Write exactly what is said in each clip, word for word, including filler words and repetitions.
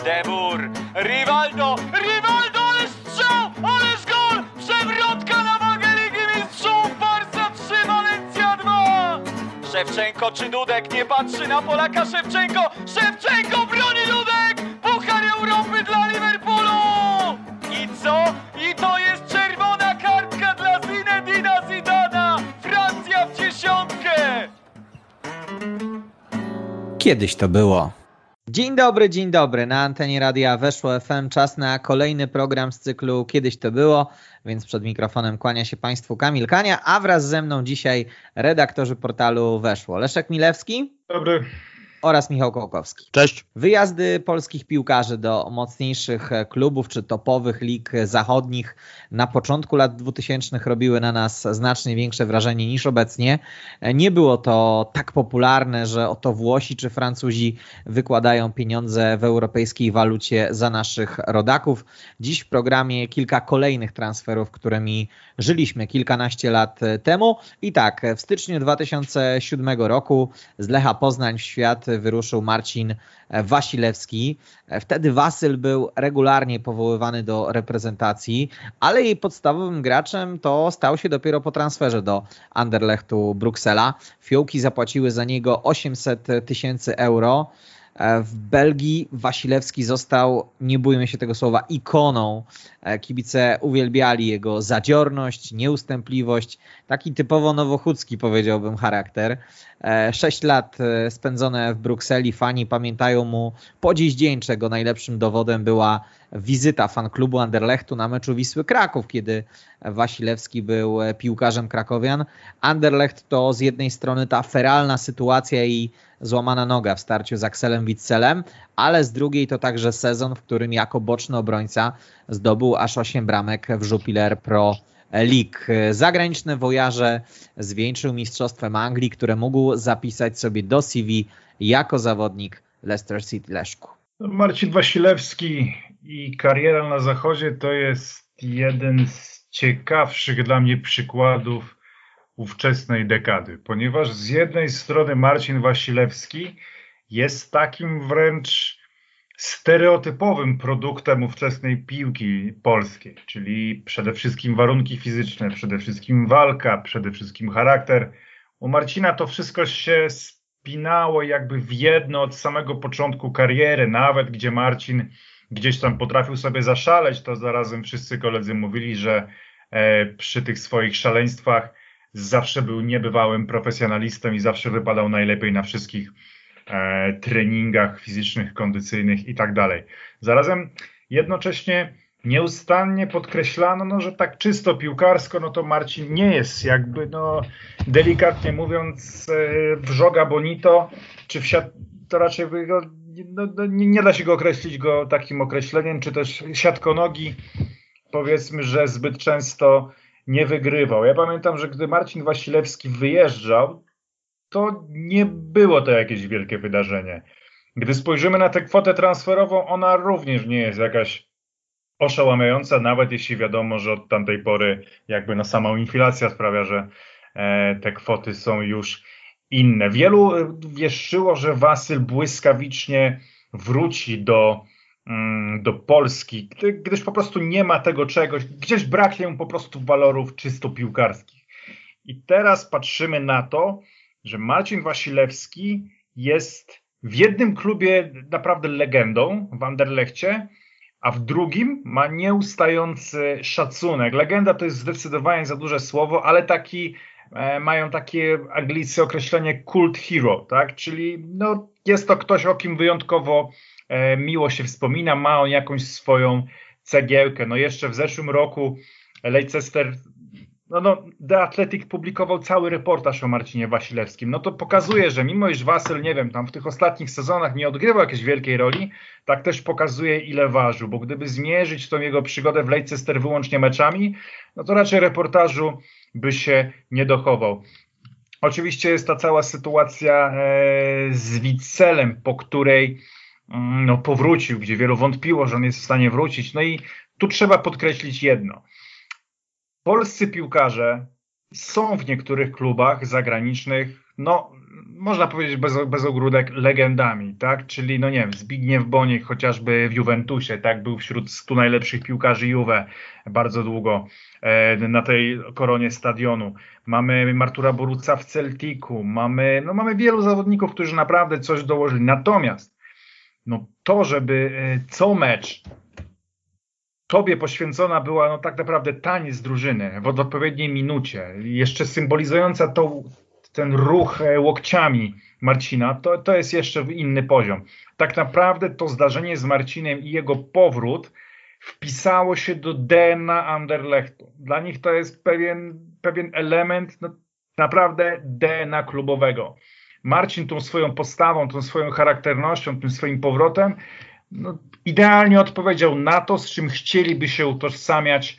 De Boer, Rivaldo, Rivaldo, ale strzał, ależ gol! Przewrotka na wagę Ligi Mistrzów, Barca trzy, Walencja dwa! Szewczenko czy Dudek, nie patrzy na Polaka Szewczenko, Szewczenko broni Dudek! Puchar Europy dla Liverpoolu! I co? I to jest czerwona kartka dla Zinedina Zidana! Francja w dziesiątkę! Kiedyś to było. Dzień dobry, dzień dobry. Na antenie Radia Weszło F M czas na kolejny program z cyklu Kiedyś to było, więc przed mikrofonem kłania się Państwu Kamil Kania, a wraz ze mną dzisiaj redaktorzy portalu Weszło. Leszek Milewski. Dobry. Oraz Michał Kołkowski. Cześć. Wyjazdy polskich piłkarzy do mocniejszych klubów czy topowych lig zachodnich na początku lat dwutysięcznych robiły na nas znacznie większe wrażenie niż obecnie. Nie było to tak popularne, że oto Włosi czy Francuzi wykładają pieniądze w europejskiej walucie za naszych rodaków. Dziś w programie kilka kolejnych transferów, którymi żyliśmy kilkanaście lat temu. I tak, w styczniu dwa tysiące siódmego roku z Lecha Poznań w świat wyruszył Marcin Wasilewski. Wtedy Wasyl był regularnie powoływany do reprezentacji, ale jej podstawowym graczem to stał się dopiero po transferze do Anderlechtu Bruksela. Fiołki zapłaciły za niego osiemset tysięcy euro. W Belgii Wasilewski został, nie bójmy się tego słowa, ikoną. Kibice uwielbiali jego zadziorność, nieustępliwość, taki typowo nowochódzki, powiedziałbym, charakter. Sześć lat spędzone w Brukseli, fani pamiętają mu po dziś dzień, czego najlepszym dowodem była wizyta fanklubu Anderlechtu na meczu Wisły Kraków, kiedy Wasilewski był piłkarzem krakowian. Anderlecht to z jednej strony ta feralna sytuacja i złamana noga w starciu z Akselem Witselem, ale z drugiej to także sezon, w którym jako boczny obrońca zdobył aż osiem bramek w Jupiler Pro League. Zagraniczne wojaże zwieńczył mistrzostwem Anglii, które mógł zapisać sobie do C V jako zawodnik Leicester City. Leszku. Marcin Wasilewski i kariera na zachodzie to jest jeden z ciekawszych dla mnie przykładów ówczesnej dekady, ponieważ z jednej strony Marcin Wasilewski jest takim wręcz stereotypowym produktem ówczesnej piłki polskiej, czyli przede wszystkim warunki fizyczne, przede wszystkim walka, przede wszystkim charakter. U Marcina to wszystko się spinało jakby w jedno od samego początku kariery, nawet gdzie Marcin gdzieś tam potrafił sobie zaszaleć, to zarazem wszyscy koledzy mówili, że e, przy tych swoich szaleństwach zawsze był niebywałym profesjonalistą i zawsze wypadał najlepiej na wszystkich e, treningach fizycznych, kondycyjnych i tak dalej. Zarazem jednocześnie nieustannie podkreślano, no, że tak czysto piłkarsko, no to Marcin nie jest jakby, no delikatnie mówiąc, e, wrzoga bonito, czy wsiad... to raczej go, no, no, nie, nie da się go określić go takim określeniem, czy też siatkonogi, powiedzmy, że zbyt często nie wygrywał. Ja pamiętam, że gdy Marcin Wasilewski wyjeżdżał, to nie było to jakieś wielkie wydarzenie. Gdy spojrzymy na tę kwotę transferową, ona również nie jest jakaś oszałamiająca, nawet jeśli wiadomo, że od tamtej pory jakby no sama inflacja sprawia, że e, te kwoty są już inne. Wielu wieszczyło, że Wasyl błyskawicznie wróci do do Polski, gdyż po prostu nie ma tego czegoś, gdzieś braknie mu po prostu walorów czysto piłkarskich. I teraz patrzymy na to, że Marcin Wasilewski jest w jednym klubie naprawdę legendą w Anderlechcie, a w drugim ma nieustający szacunek. Legenda to jest zdecydowanie za duże słowo, ale taki e, mają takie Anglicy określenie cult hero, tak? Czyli no, jest to ktoś, o kim wyjątkowo miło się wspomina, ma on jakąś swoją cegiełkę. No jeszcze w zeszłym roku Leicester, no, no The Athletic publikował cały reportaż o Marcinie Wasilewskim. No to pokazuje, że mimo iż Wasyl, nie wiem, tam w tych ostatnich sezonach nie odgrywał jakiejś wielkiej roli, tak też pokazuje, ile ważył, bo gdyby zmierzyć tą jego przygodę w Leicester wyłącznie meczami, no to raczej reportażu by się nie dochował. Oczywiście jest ta cała sytuacja e, z Witselem, po której no, powrócił, gdzie wielu wątpiło, że on jest w stanie wrócić. No i tu trzeba podkreślić jedno. Polscy piłkarze są w niektórych klubach zagranicznych, no można powiedzieć bez, bez ogródek, legendami, tak? Czyli, no nie wiem, Zbigniew Boniek chociażby w Juventusie, tak? Był wśród stu najlepszych piłkarzy Juve bardzo długo e, na tej koronie stadionu. Mamy Artura Boruca w Celticu, mamy, no mamy wielu zawodników, którzy naprawdę coś dołożyli. Natomiast no to, żeby e, co mecz tobie poświęcona była no tak naprawdę taniec drużyny w odpowiedniej minucie, jeszcze symbolizująca to, ten ruch łokciami Marcina, to, to jest jeszcze inny poziom. Tak naprawdę to zdarzenie z Marcinem i jego powrót wpisało się do D N A Anderlechtu. Dla nich to jest pewien, pewien element no, naprawdę D N A klubowego. Marcin tą swoją postawą, tą swoją charakternością, tym swoim powrotem no, idealnie odpowiedział na to, z czym chcieliby się utożsamiać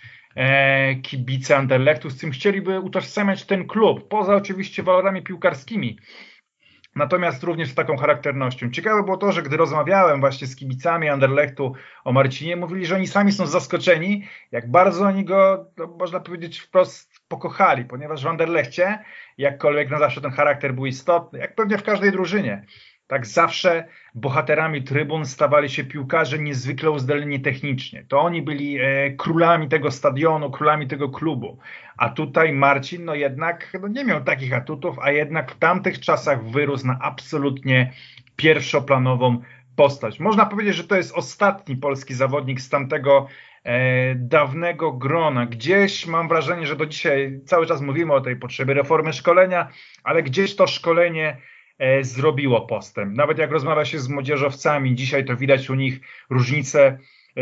e, kibice Anderlechtu, z czym chcieliby utożsamiać ten klub, poza oczywiście walorami piłkarskimi, natomiast również z taką charakternością. Ciekawe było to, że gdy rozmawiałem właśnie z kibicami Anderlechtu o Marcinie, mówili, że oni sami są zaskoczeni, jak bardzo oni go, no, można powiedzieć wprost, pokochali, ponieważ w Anderlechcie, jakkolwiek na zawsze ten charakter był istotny, jak pewnie w każdej drużynie, tak zawsze bohaterami trybun stawali się piłkarze niezwykle uzdolnieni technicznie. To oni byli e, królami tego stadionu, królami tego klubu. A tutaj Marcin no jednak no nie miał takich atutów, a jednak w tamtych czasach wyrósł na absolutnie pierwszoplanową postać. Można powiedzieć, że to jest ostatni polski zawodnik z tamtego e, dawnego grona. Gdzieś mam wrażenie, że do dzisiaj cały czas mówimy o tej potrzebie reformy szkolenia, ale gdzieś to szkolenie zrobiło postęp. Nawet jak rozmawia się z młodzieżowcami, dzisiaj to widać u nich różnice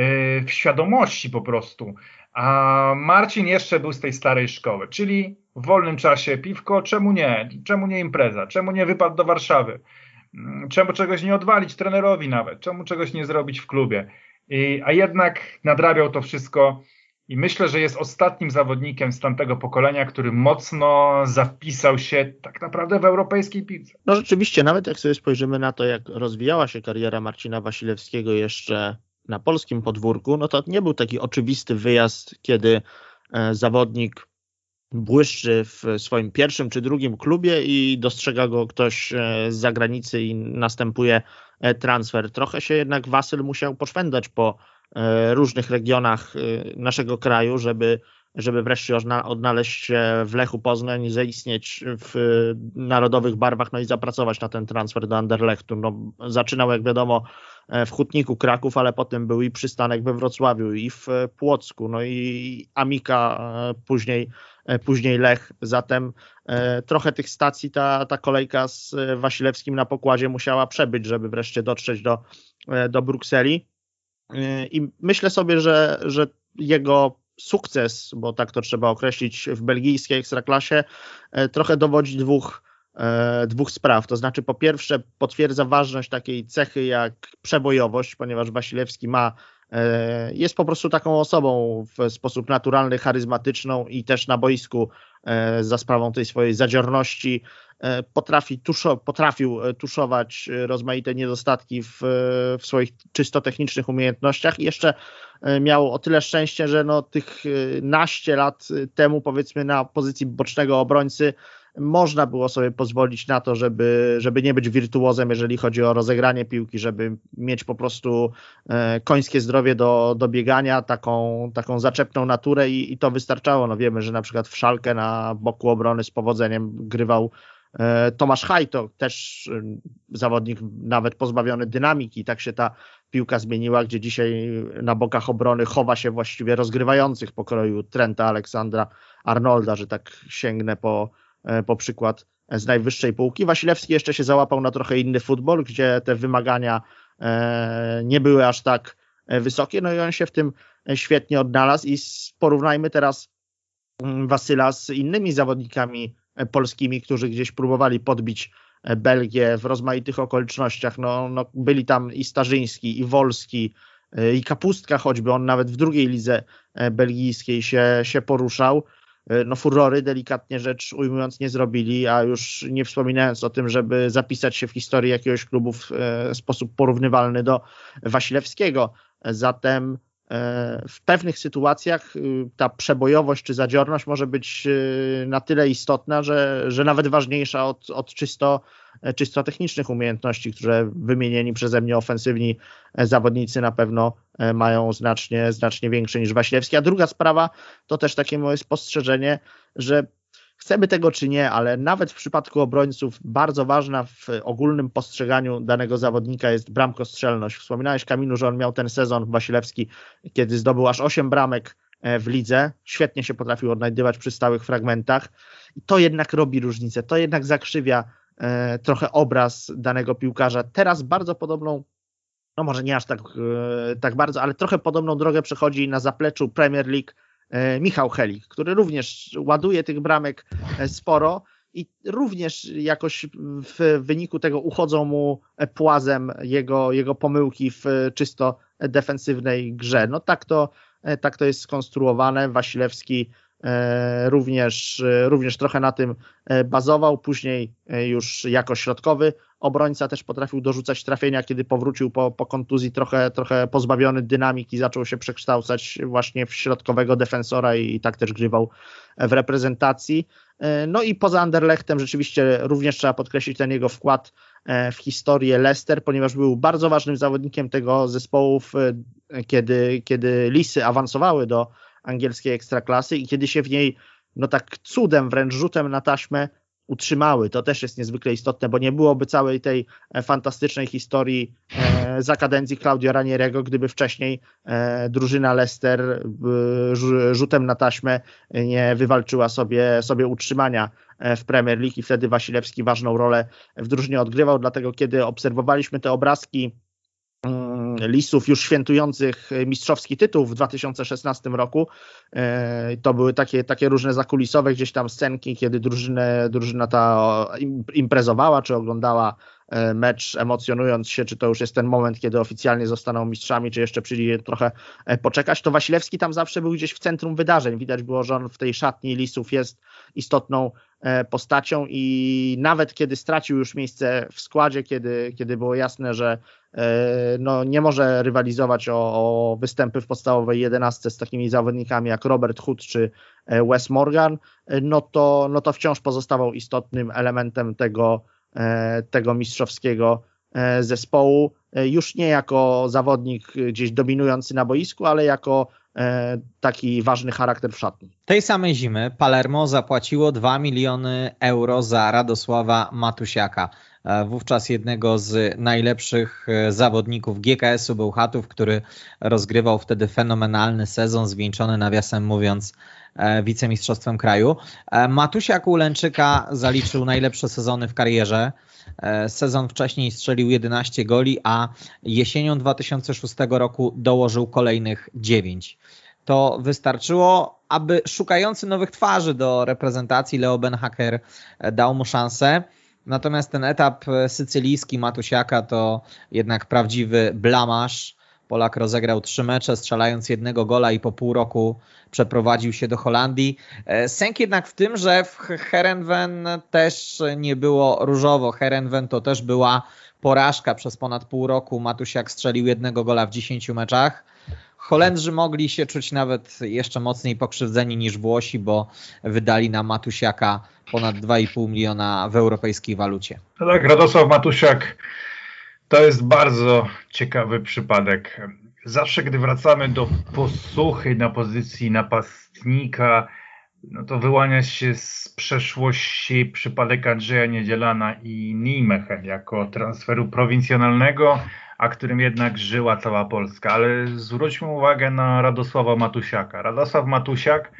w świadomości po prostu. A Marcin jeszcze był z tej starej szkoły, czyli w wolnym czasie piwko, czemu nie? Czemu nie impreza? Czemu nie wypad do Warszawy? Czemu czegoś nie odwalić trenerowi nawet? Czemu czegoś nie zrobić w klubie? I, a jednak nadrabiał to wszystko i myślę, że jest ostatnim zawodnikiem z tamtego pokolenia, który mocno zapisał się tak naprawdę w europejskiej piłce. No rzeczywiście, nawet jak sobie spojrzymy na to, jak rozwijała się kariera Marcina Wasilewskiego jeszcze na polskim podwórku, no to nie był taki oczywisty wyjazd, kiedy zawodnik błyszczy w swoim pierwszym czy drugim klubie i dostrzega go ktoś z zagranicy i następuje transfer. Trochę się jednak Wasyl musiał poszwędzać po różnych regionach naszego kraju, żeby, żeby wreszcie odnaleźć się w Lechu Poznań, zaistnieć w narodowych barwach, no i zapracować na ten transfer do Anderlechtu. No, zaczynał, jak wiadomo, w Hutniku Kraków, ale potem był i przystanek we Wrocławiu, i w Płocku, no i Amika, później, później Lech. Zatem trochę tych stacji ta, ta kolejka z Wasilewskim na pokładzie musiała przebyć, żeby wreszcie dotrzeć do, do Brukseli. I myślę sobie, że, że jego sukces, bo tak to trzeba określić, w belgijskiej ekstraklasie trochę dowodzi dwóch, dwóch spraw. To znaczy, po pierwsze, potwierdza ważność takiej cechy jak przebojowość, ponieważ Wasilewski ma, jest po prostu taką osobą w sposób naturalny, charyzmatyczną i też na boisku za sprawą tej swojej zadziorności potrafi tuszo, potrafił tuszować rozmaite niedostatki w, w swoich czysto technicznych umiejętnościach i jeszcze miał o tyle szczęście, że no tych naście lat temu, powiedzmy, na pozycji bocznego obrońcy można było sobie pozwolić na to, żeby, żeby nie być wirtuozem, jeżeli chodzi o rozegranie piłki, żeby mieć po prostu końskie zdrowie do, do biegania, taką, taką zaczepną naturę i, i to wystarczało. No wiemy, że na przykład w Szalkę na boku obrony z powodzeniem grywał Tomasz Hajto, też zawodnik nawet pozbawiony dynamiki. Tak się ta piłka zmieniła, gdzie dzisiaj na bokach obrony chowa się właściwie rozgrywających pokroju Trenta Alexandra-Arnolda, że tak sięgnę po, po przykład z najwyższej półki. Wasilewski jeszcze się załapał na trochę inny futbol, gdzie te wymagania nie były aż tak wysokie, no i on się w tym świetnie odnalazł i porównajmy teraz Wasyla z innymi zawodnikami polskimi, którzy gdzieś próbowali podbić Belgię w rozmaitych okolicznościach. No, no, byli tam i Starzyński, i Wolski, i Kapustka, choćby on nawet w drugiej lidze belgijskiej się, się poruszał. No furory, delikatnie rzecz ujmując, nie zrobili, a już nie wspominając o tym, żeby zapisać się w historii jakiegoś klubu w sposób porównywalny do Wasilewskiego. Zatem w pewnych sytuacjach ta przebojowość czy zadziorność może być na tyle istotna, że, że nawet ważniejsza od, od czysto, czysto technicznych umiejętności, które wymienieni przeze mnie ofensywni zawodnicy na pewno mają znacznie, znacznie większe niż Wasilewski. A druga sprawa to też takie moje spostrzeżenie, że chcemy tego czy nie, ale nawet w przypadku obrońców bardzo ważna w ogólnym postrzeganiu danego zawodnika jest bramkostrzelność. Wspominałeś, Kamilu, że on miał ten sezon Wasilewski, kiedy zdobył aż osiem bramek w lidze. Świetnie się potrafił odnajdywać przy stałych fragmentach. I to jednak robi różnicę. To jednak zakrzywia e, trochę obraz danego piłkarza. Teraz bardzo podobną, no może nie aż tak, e, tak bardzo, ale trochę podobną drogę przechodzi na zapleczu Premier League Michał Helik, który również ładuje tych bramek sporo i również jakoś w wyniku tego uchodzą mu płazem jego, jego pomyłki w czysto defensywnej grze. No tak to, tak to jest skonstruowane. Wasilewski również, również trochę na tym bazował, później już jako środkowy obrońca też potrafił dorzucać trafienia, kiedy powrócił po, po kontuzji trochę, trochę pozbawiony dynamiki, zaczął się przekształcać właśnie w środkowego defensora i, i tak też grywał w reprezentacji. No i poza Anderlechtem rzeczywiście również trzeba podkreślić ten jego wkład w historię Leicester, ponieważ był bardzo ważnym zawodnikiem tego zespołu, kiedy, kiedy Lisy awansowały do angielskiej ekstraklasy i kiedy się w niej no tak cudem, wręcz rzutem na taśmę utrzymały. To też jest niezwykle istotne, bo nie byłoby całej tej fantastycznej historii e, za kadencji Claudio Ranieriego, gdyby wcześniej e, drużyna Leicester e, rzutem na taśmę nie wywalczyła sobie, sobie utrzymania w Premier League i wtedy Wasilewski ważną rolę w drużynie odgrywał, dlatego kiedy obserwowaliśmy te obrazki Lisów już świętujących mistrzowski tytuł w dwa tysiące szesnastym roku. To były takie, takie różne zakulisowe gdzieś tam scenki, kiedy drużynę, drużyna ta imprezowała, czy oglądała mecz emocjonując się, czy to już jest ten moment, kiedy oficjalnie zostaną mistrzami, czy jeszcze przyjdzie trochę poczekać. To Wasilewski tam zawsze był gdzieś w centrum wydarzeń. Widać było, że on w tej szatni Lisów jest istotną postacią i nawet kiedy stracił już miejsce w składzie, kiedy, kiedy było jasne, że no, nie może rywalizować o, o występy w podstawowej jedenastce z takimi zawodnikami jak Robert Hood czy Wes Morgan, no to, no to wciąż pozostawał istotnym elementem tego, tego mistrzowskiego zespołu. Już nie jako zawodnik gdzieś dominujący na boisku, ale jako taki ważny charakter w szatni. Tej samej zimy Palermo zapłaciło dwa miliony euro za Radosława Matusiaka, wówczas jednego z najlepszych zawodników G K S-u Bełchatów, który rozgrywał wtedy fenomenalny sezon, zwieńczony nawiasem mówiąc wicemistrzostwem kraju. Matusiak u Łęczyka zaliczył najlepsze sezony w karierze. Sezon wcześniej strzelił jedenaście goli, a jesienią dwa tysiące szóstego roku dołożył kolejnych dziewięć. To wystarczyło, aby szukający nowych twarzy do reprezentacji Leo Benhaker dał mu szansę. Natomiast ten etap sycylijski Matusiaka to jednak prawdziwy blamaż. Polak rozegrał trzy mecze, strzelając jednego gola i po pół roku przeprowadził się do Holandii. Sęk jednak w tym, że w Heerenveen też nie było różowo. Heerenveen to też była porażka przez ponad pół roku. Matusiak strzelił jednego gola w dziesięciu meczach. Holendrzy mogli się czuć nawet jeszcze mocniej pokrzywdzeni niż Włosi, bo wydali na Matusiaka ponad dwa i pół miliona w europejskiej walucie. No tak, Radosław Matusiak to jest bardzo ciekawy przypadek. Zawsze, gdy wracamy do posłuchy na pozycji napastnika, no to wyłania się z przeszłości przypadek Andrzeja Niedzielana i Nijmegen jako transferu prowincjonalnego, a którym jednak żyła cała Polska. Ale zwróćmy uwagę na Radosława Matusiaka. Radosław Matusiak,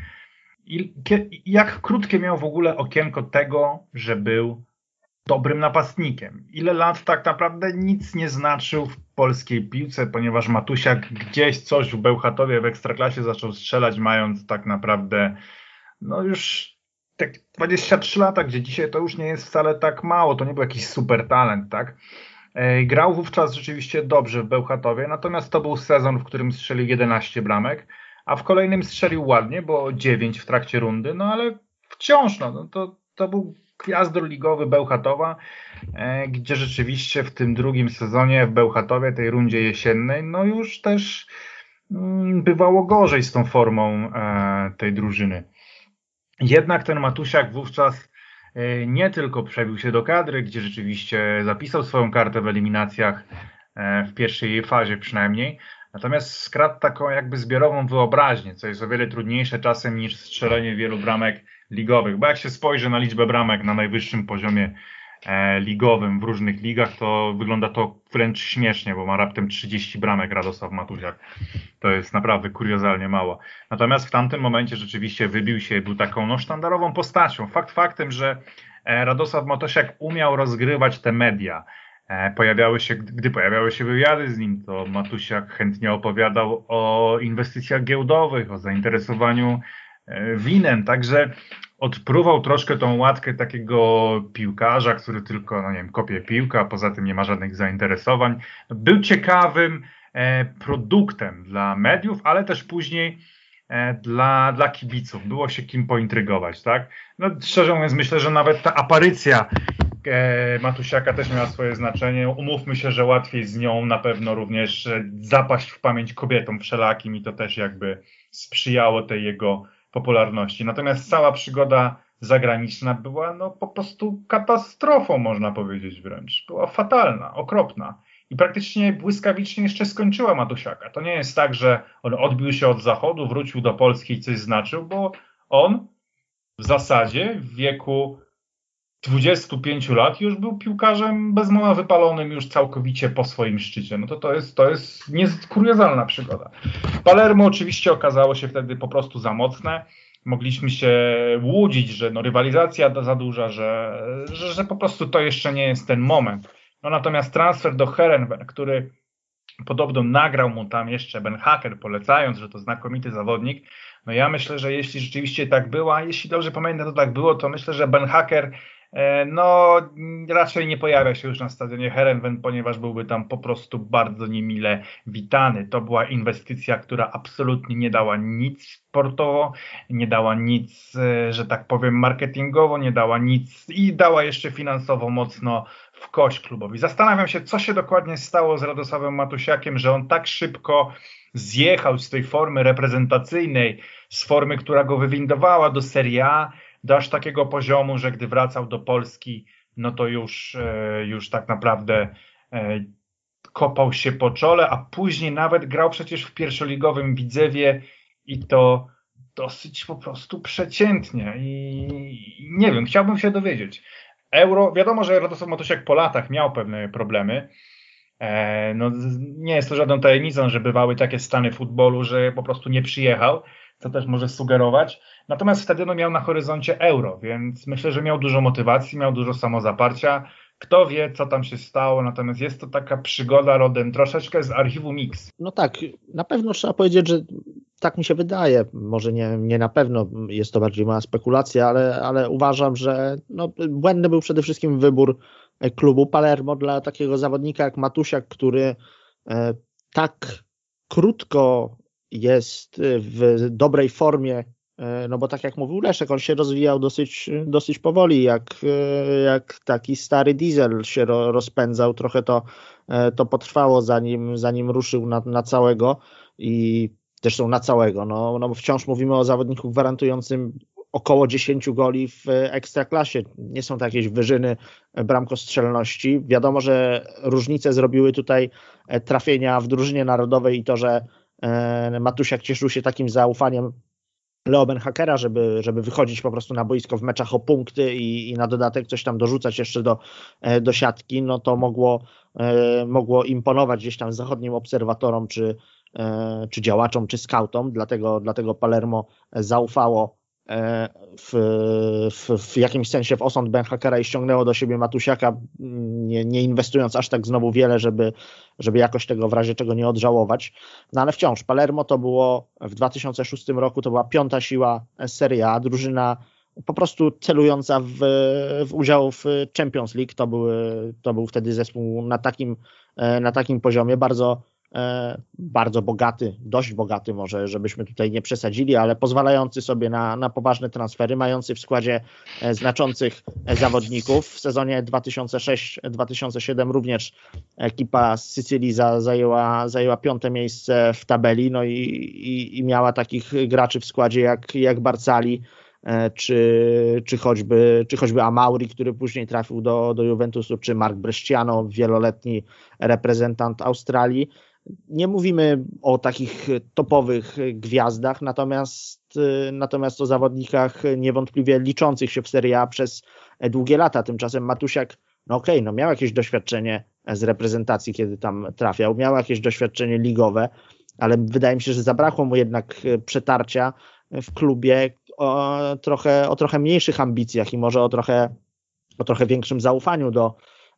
jak krótkie miał w ogóle okienko tego, że był dobrym napastnikiem. Ile lat tak naprawdę nic nie znaczył w polskiej piłce, ponieważ Matusiak gdzieś coś w Bełchatowie w Ekstraklasie zaczął strzelać, mając tak naprawdę no już tak dwadzieścia trzy lata, gdzie dzisiaj to już nie jest wcale tak mało, to nie był jakiś super talent, tak? Grał wówczas rzeczywiście dobrze w Bełchatowie, natomiast to był sezon, w którym strzelił jedenaście bramek, a w kolejnym strzelił ładnie, bo dziewięć w trakcie rundy, no ale wciąż no, no to, to był gwiazdor ligowy Bełchatowa, e, gdzie rzeczywiście w tym drugim sezonie w Bełchatowie, tej rundzie jesiennej, no już też bywało gorzej z tą formą tej drużyny. Jednak ten Matusiak wówczas nie tylko przebił się do kadry, gdzie rzeczywiście zapisał swoją kartę w eliminacjach w pierwszej jej fazie przynajmniej, natomiast skradł taką jakby zbiorową wyobraźnię, co jest o wiele trudniejsze czasem niż strzelenie wielu bramek ligowych, bo jak się spojrzy na liczbę bramek na najwyższym poziomie e, ligowym w różnych ligach, to wygląda to wręcz śmiesznie, bo ma raptem trzydzieści bramek Radosław Matusiak. To jest naprawdę kuriozalnie mało. Natomiast w tamtym momencie rzeczywiście wybił się, był taką no, sztandarową postacią. Fakt faktem, że e, Radosław Matusiak umiał rozgrywać te media. Pojawiały się, gdy pojawiały się wywiady z nim, to Matusiak chętnie opowiadał o inwestycjach giełdowych, o zainteresowaniu winem, także odpruwał troszkę tą łatkę takiego piłkarza, który tylko, no nie wiem, kopie piłkę, a poza tym nie ma żadnych zainteresowań. Był ciekawym produktem dla mediów, ale też później dla, dla kibiców. Było się kim pointrygować, tak? No szczerze mówiąc, myślę, że nawet ta aparycja Matusiaka też miała swoje znaczenie. Umówmy się, że łatwiej z nią na pewno również zapaść w pamięć kobietom wszelakim i to też jakby sprzyjało tej jego popularności. Natomiast cała przygoda zagraniczna była no po prostu katastrofą, można powiedzieć wręcz. Była fatalna, okropna i praktycznie błyskawicznie jeszcze skończyła Matusiaka. To nie jest tak, że on odbił się od zachodu, wrócił do Polski i coś znaczył, bo on w zasadzie w wieku dwudziestu pięciu lat już był piłkarzem bez mowa wypalonym już całkowicie po swoim szczycie. No to to jest, to jest kuriozalna przygoda. Palermo oczywiście okazało się wtedy po prostu za mocne. Mogliśmy się łudzić, że no rywalizacja za duża, że, że, że po prostu to jeszcze nie jest ten moment. No natomiast transfer do Heerenveen, który podobno nagrał mu tam jeszcze Ben Hacker, polecając, że to znakomity zawodnik. No ja myślę, że jeśli rzeczywiście tak było, a jeśli dobrze pamiętam, to tak było, to myślę, że Ben Hacker no raczej nie pojawia się już na stadionie Heerenveen, ponieważ byłby tam po prostu bardzo niemile witany. To była inwestycja, która absolutnie nie dała nic sportowo, nie dała nic, że tak powiem, marketingowo, nie dała nic i dała jeszcze finansowo mocno w kość klubowi. Zastanawiam się, co się dokładnie stało z Radosławem Matusiakiem, że on tak szybko zjechał z tej formy reprezentacyjnej, z formy, która go wywindowała do Serie A, do aż takiego poziomu, że gdy wracał do Polski, no to już, już tak naprawdę kopał się po czole, a później nawet grał przecież w pierwszoligowym Widzewie i to dosyć po prostu przeciętnie i nie wiem, chciałbym się dowiedzieć. Euro, wiadomo, że Radosław Matusiak po latach miał pewne problemy. No, nie jest to żadną tajemnicą, że bywały takie stany futbolu, że po prostu nie przyjechał, co też może sugerować. Natomiast wtedy no, miał na horyzoncie Euro, więc myślę, że miał dużo motywacji, miał dużo samozaparcia. Kto wie, co tam się stało, natomiast jest to taka przygoda rodem troszeczkę z archiwum Mix. No tak, na pewno trzeba powiedzieć, że tak mi się wydaje. Może nie, nie na pewno, jest to bardziej moja spekulacja, ale, ale uważam, że no, błędny był przede wszystkim wybór klubu Palermo dla takiego zawodnika jak Matusiak, który e, tak krótko jest w dobrej formie, no bo tak jak mówił Leszek, on się rozwijał dosyć, dosyć powoli, jak, jak taki stary diesel się ro, rozpędzał, trochę to, to potrwało zanim, zanim ruszył na, na całego i zresztą na całego, no, no wciąż mówimy o zawodniku gwarantującym około dziesięć goli w Ekstraklasie. Nie są to jakieś wyżyny bramkostrzelności. Wiadomo, że różnicę zrobiły tutaj trafienia w drużynie narodowej i to, że Matusiak cieszył się takim zaufaniem Leo Ben Hackera, żeby, żeby wychodzić po prostu na boisko w meczach o punkty i, i na dodatek coś tam dorzucać jeszcze do, do siatki, no to mogło, mogło imponować gdzieś tam zachodnim obserwatorom, czy, czy działaczom, czy skautom, dlatego, dlatego Palermo zaufało w, w, w jakimś sensie w osąd Ben Hackera i ściągnęło do siebie Matusiaka, nie, nie inwestując aż tak znowu wiele, żeby, żeby jakoś tego w razie czego nie odżałować. No ale wciąż Palermo to było w dwa tysiące szóstym roku, to była piąta siła Serie A, drużyna po prostu celująca w, w udział w Champions League. To był, to był wtedy zespół na takim, na takim poziomie, bardzo bardzo bogaty, dość bogaty może, żebyśmy tutaj nie przesadzili, ale pozwalający sobie na, na poważne transfery, mający w składzie znaczących zawodników. W sezonie dwa tysiące szóstym dwa tysiące siódmym również ekipa z Sycylii za, zajęła, zajęła piąte miejsce w tabeli, no i, i, i miała takich graczy w składzie jak, jak Barcali, czy, czy, choćby, czy choćby Amauri, który później trafił do, do Juventusu, czy Mark Bresciano, wieloletni reprezentant Australii. Nie mówimy o takich topowych gwiazdach, natomiast, natomiast o zawodnikach niewątpliwie liczących się w Serie A przez długie lata. Tymczasem Matusiak, no okej, okay, no miał jakieś doświadczenie z reprezentacji, kiedy tam trafiał, miał jakieś doświadczenie ligowe, ale wydaje mi się, że zabrakło mu jednak przetarcia w klubie o trochę, o trochę mniejszych ambicjach i może o trochę, o trochę większym zaufaniu do,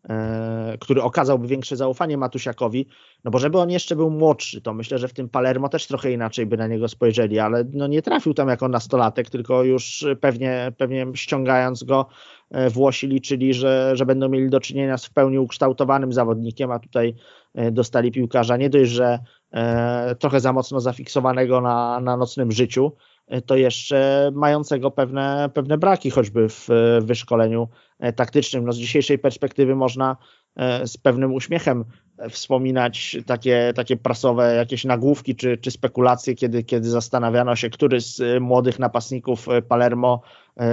e, który okazałby większe zaufanie Matusiakowi, no bo żeby on jeszcze był młodszy, to myślę, że w tym Palermo też trochę inaczej by na niego spojrzeli, ale no nie trafił tam jako nastolatek, tylko już pewnie, pewnie ściągając go Włosi liczyli, że, że będą mieli do czynienia z w pełni ukształtowanym zawodnikiem, a tutaj dostali piłkarza nie dość, że e, trochę za mocno zafiksowanego na, na nocnym życiu, to jeszcze mającego pewne, pewne braki, choćby w wyszkoleniu taktycznym. No z dzisiejszej perspektywy można z pewnym uśmiechem wspominać takie, takie prasowe jakieś nagłówki czy, czy spekulacje, kiedy, kiedy zastanawiano się, który z młodych napastników Palermo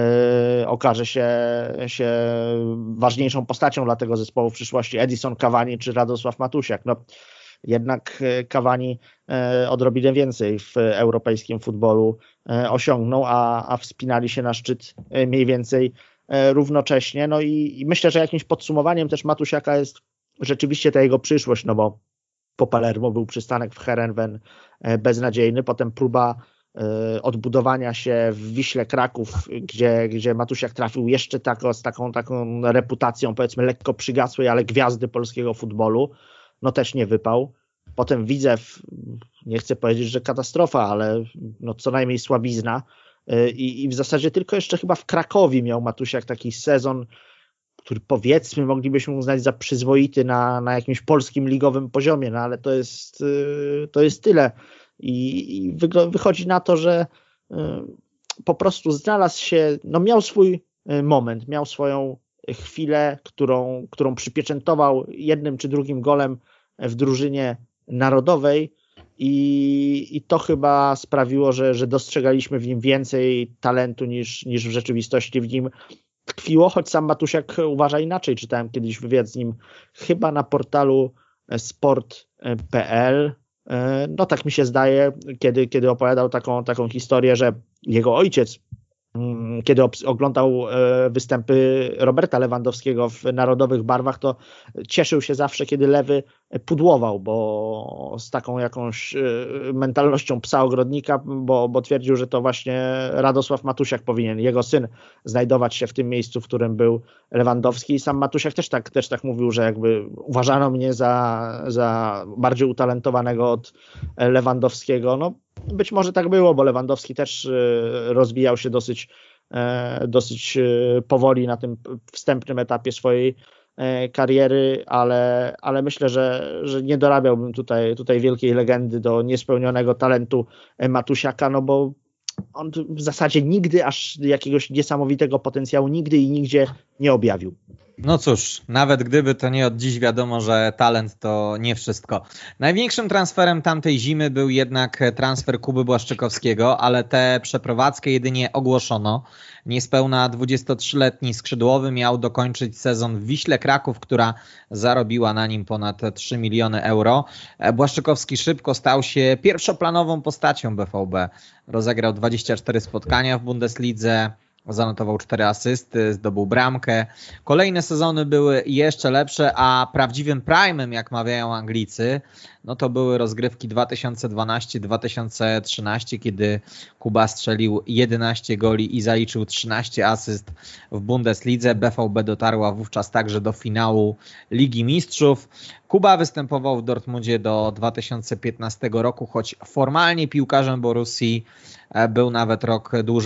e, okaże się, się ważniejszą postacią dla tego zespołu w przyszłości, Edison Cavani czy Radosław Matusiak. No, jednak Cavani odrobinę więcej w europejskim futbolu osiągnął, a, a wspinali się na szczyt mniej więcej równocześnie. No i, i myślę, że jakimś podsumowaniem też Matusiaka jest rzeczywiście ta jego przyszłość, no bo po Palermo był przystanek w Heerenveen beznadziejny, potem próba odbudowania się w Wiśle Kraków, gdzie, gdzie Matusiak trafił jeszcze tako, z taką, taką reputacją, powiedzmy lekko przygasłej, ale gwiazdy polskiego futbolu, no też nie wypał. Potem Widzew, nie chcę powiedzieć, że katastrofa, ale no co najmniej słabizna. I, I w zasadzie tylko jeszcze chyba w Krakowie miał Matusiak taki sezon, który powiedzmy moglibyśmy uznać za przyzwoity na, na jakimś polskim ligowym poziomie, no ale to jest, to jest tyle. I, i wychodzi na to, że po prostu znalazł się, no miał swój moment, miał swoją chwilę, którą, którą przypieczętował jednym czy drugim golem w drużynie narodowej i, i to chyba sprawiło, że, że dostrzegaliśmy w nim więcej talentu niż, niż w rzeczywistości w nim tkwiło, choć sam Matusiak uważa inaczej. Czytałem kiedyś wywiad z nim chyba na portalu sport kropka p l. No tak mi się zdaje, kiedy, kiedy opowiadał taką, taką historię, że jego ojciec, kiedy oglądał występy Roberta Lewandowskiego w narodowych barwach, to cieszył się zawsze, kiedy lewy pudłował, bo z taką jakąś mentalnością psa ogrodnika, bo, bo twierdził, że to właśnie Radosław Matusiak powinien, jego syn, znajdować się w tym miejscu, w którym był Lewandowski. I sam Matusiak też tak, też tak mówił, że jakby uważano mnie za, za bardziej utalentowanego od Lewandowskiego. No, być może tak było, bo Lewandowski też rozwijał się dosyć, dosyć powoli na tym wstępnym etapie swojej kariery, ale, ale myślę, że, że nie dorabiałbym tutaj, tutaj wielkiej legendy do niespełnionego talentu Matusiaka, no bo on w zasadzie nigdy aż jakiegoś niesamowitego potencjału nigdy i nigdzie nie objawił. No cóż, nawet gdyby, to nie od dziś wiadomo, że talent to nie wszystko. Największym transferem tamtej zimy był jednak transfer Kuby Błaszczykowskiego, ale tę przeprowadzkę jedynie ogłoszono. Niespełna dwudziestotrzyletni skrzydłowy miał dokończyć sezon w Wiśle Kraków, która zarobiła na nim ponad trzy miliony euro. Błaszczykowski szybko stał się pierwszoplanową postacią B V B. Rozegrał dwadzieścia cztery spotkania w Bundeslidze, zanotował cztery asysty, zdobył bramkę. Kolejne sezony były jeszcze lepsze, a prawdziwym prime'em, jak mawiają Anglicy, no to były rozgrywki dwa tysiące dwanaście dwa tysiące trzynaście, kiedy Kuba strzelił jedenaście goli i zaliczył trzynaście asyst w Bundeslidze. B V B dotarła wówczas także do finału Ligi Mistrzów. Kuba występował w Dortmundzie do dwa tysiące piętnastego roku, choć formalnie piłkarzem Borussii był nawet rok dłużej.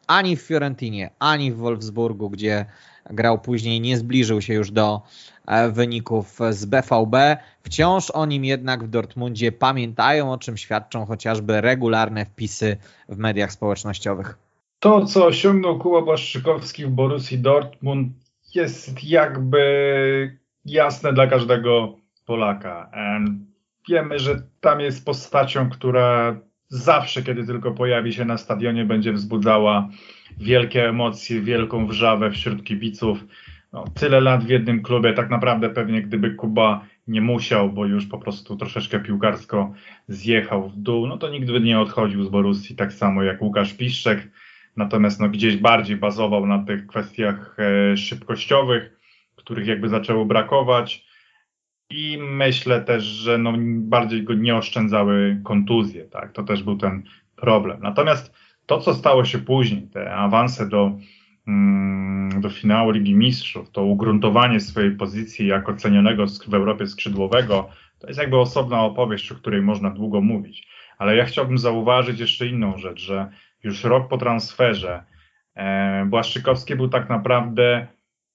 ani w Fiorentinie, ani w Wolfsburgu, gdzie grał później, nie zbliżył się już do wyników z B V B. Wciąż o nim jednak w Dortmundzie pamiętają, o czym świadczą chociażby regularne wpisy w mediach społecznościowych. To, co osiągnął Kuba Błaszczykowski w Borussii Dortmund, jest jakby jasne dla każdego Polaka. Wiemy, że tam jest postacią, która zawsze, kiedy tylko pojawi się na stadionie, będzie wzbudzała wielkie emocje, wielką wrzawę wśród kibiców. No, tyle lat w jednym klubie, tak naprawdę pewnie gdyby Kuba nie musiał, bo już po prostu troszeczkę piłkarsko zjechał w dół, no to nigdy by nie odchodził z Borussii, tak samo jak Łukasz Piszczek. Natomiast no, gdzieś bardziej bazował na tych kwestiach e, szybkościowych, których jakby zaczęło brakować. I myślę też, że no, bardziej go nie oszczędzały kontuzje, tak? To też był ten problem. Natomiast to, co stało się później, te awanse do, mm, do finału Ligi Mistrzów, to ugruntowanie swojej pozycji jako cenionego w Europie skrzydłowego, to jest jakby osobna opowieść, o której można długo mówić. Ale ja chciałbym zauważyć jeszcze inną rzecz, że już rok po transferze e, Błaszczykowski był tak naprawdę,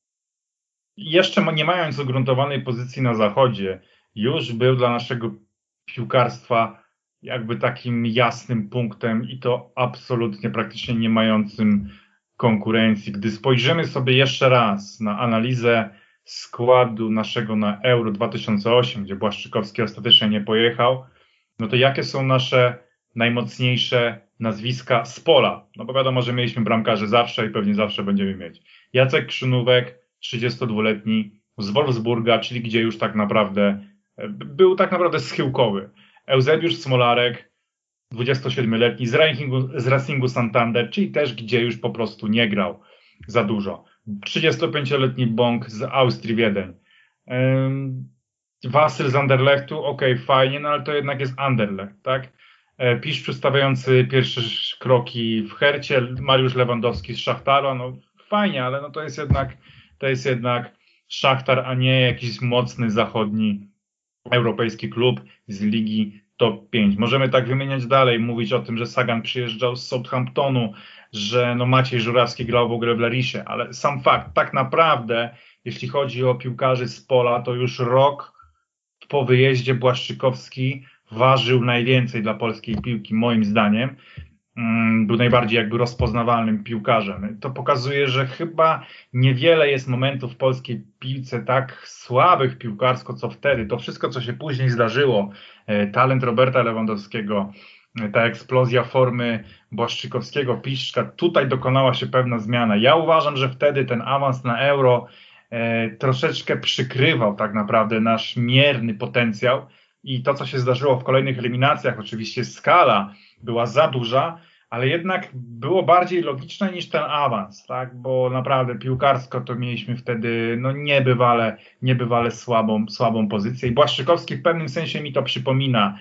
jeszcze nie mając ugruntowanej pozycji na zachodzie, już był dla naszego piłkarstwa jakby takim jasnym punktem i to absolutnie praktycznie nie mającym konkurencji. Gdy spojrzymy sobie jeszcze raz na analizę składu naszego na Euro dwa tysiące osiem, gdzie Błaszczykowski ostatecznie nie pojechał, no to jakie są nasze najmocniejsze nazwiska z pola? No bo wiadomo, że mieliśmy bramkarzy zawsze i pewnie zawsze będziemy mieć. Jacek Krzynówek, trzydziestodwuletni z Wolfsburga, czyli gdzie już tak naprawdę był tak naprawdę schyłkowy. Eusebiusz Smolarek, dwudziestosiedmioletni z Racingu, z Racingu Santander, czyli też gdzie już po prostu nie grał za dużo. trzydziestopięcioletni Bąk z Austrii Wiedeń. Um, Wasyl z Anderlechtu, okej, okay, fajnie, no ale to jednak jest Anderlecht, tak? Piszczu stawiający pierwsze kroki w Hercie, Mariusz Lewandowski z Szachtara, no fajnie, ale no to jest jednak to jest jednak Szachtar, a nie jakiś mocny zachodni europejski klub z ligi top pięć. Możemy tak wymieniać dalej, mówić o tym, że Sagan przyjeżdżał z Southamptonu, że no Maciej Żurawski grał w ogóle w Lerisie, ale sam fakt, tak naprawdę, jeśli chodzi o piłkarzy z pola, to już rok po wyjeździe Błaszczykowski ważył najwięcej dla polskiej piłki, moim zdaniem. Był najbardziej jakby rozpoznawalnym piłkarzem. To pokazuje, że chyba niewiele jest momentów w polskiej piłce tak słabych piłkarsko, co wtedy. To wszystko, co się później zdarzyło, talent Roberta Lewandowskiego, ta eksplozja formy Błaszczykowskiego, Piszczka, tutaj dokonała się pewna zmiana. Ja uważam, że wtedy ten awans na Euro e, troszeczkę przykrywał tak naprawdę nasz mierny potencjał i to, co się zdarzyło w kolejnych eliminacjach, oczywiście skala była za duża, ale jednak było bardziej logiczne niż ten awans, tak? Bo naprawdę piłkarsko to mieliśmy wtedy no niebywale, niebywale słabą, słabą pozycję i Błaszczykowski w pewnym sensie mi to przypomina,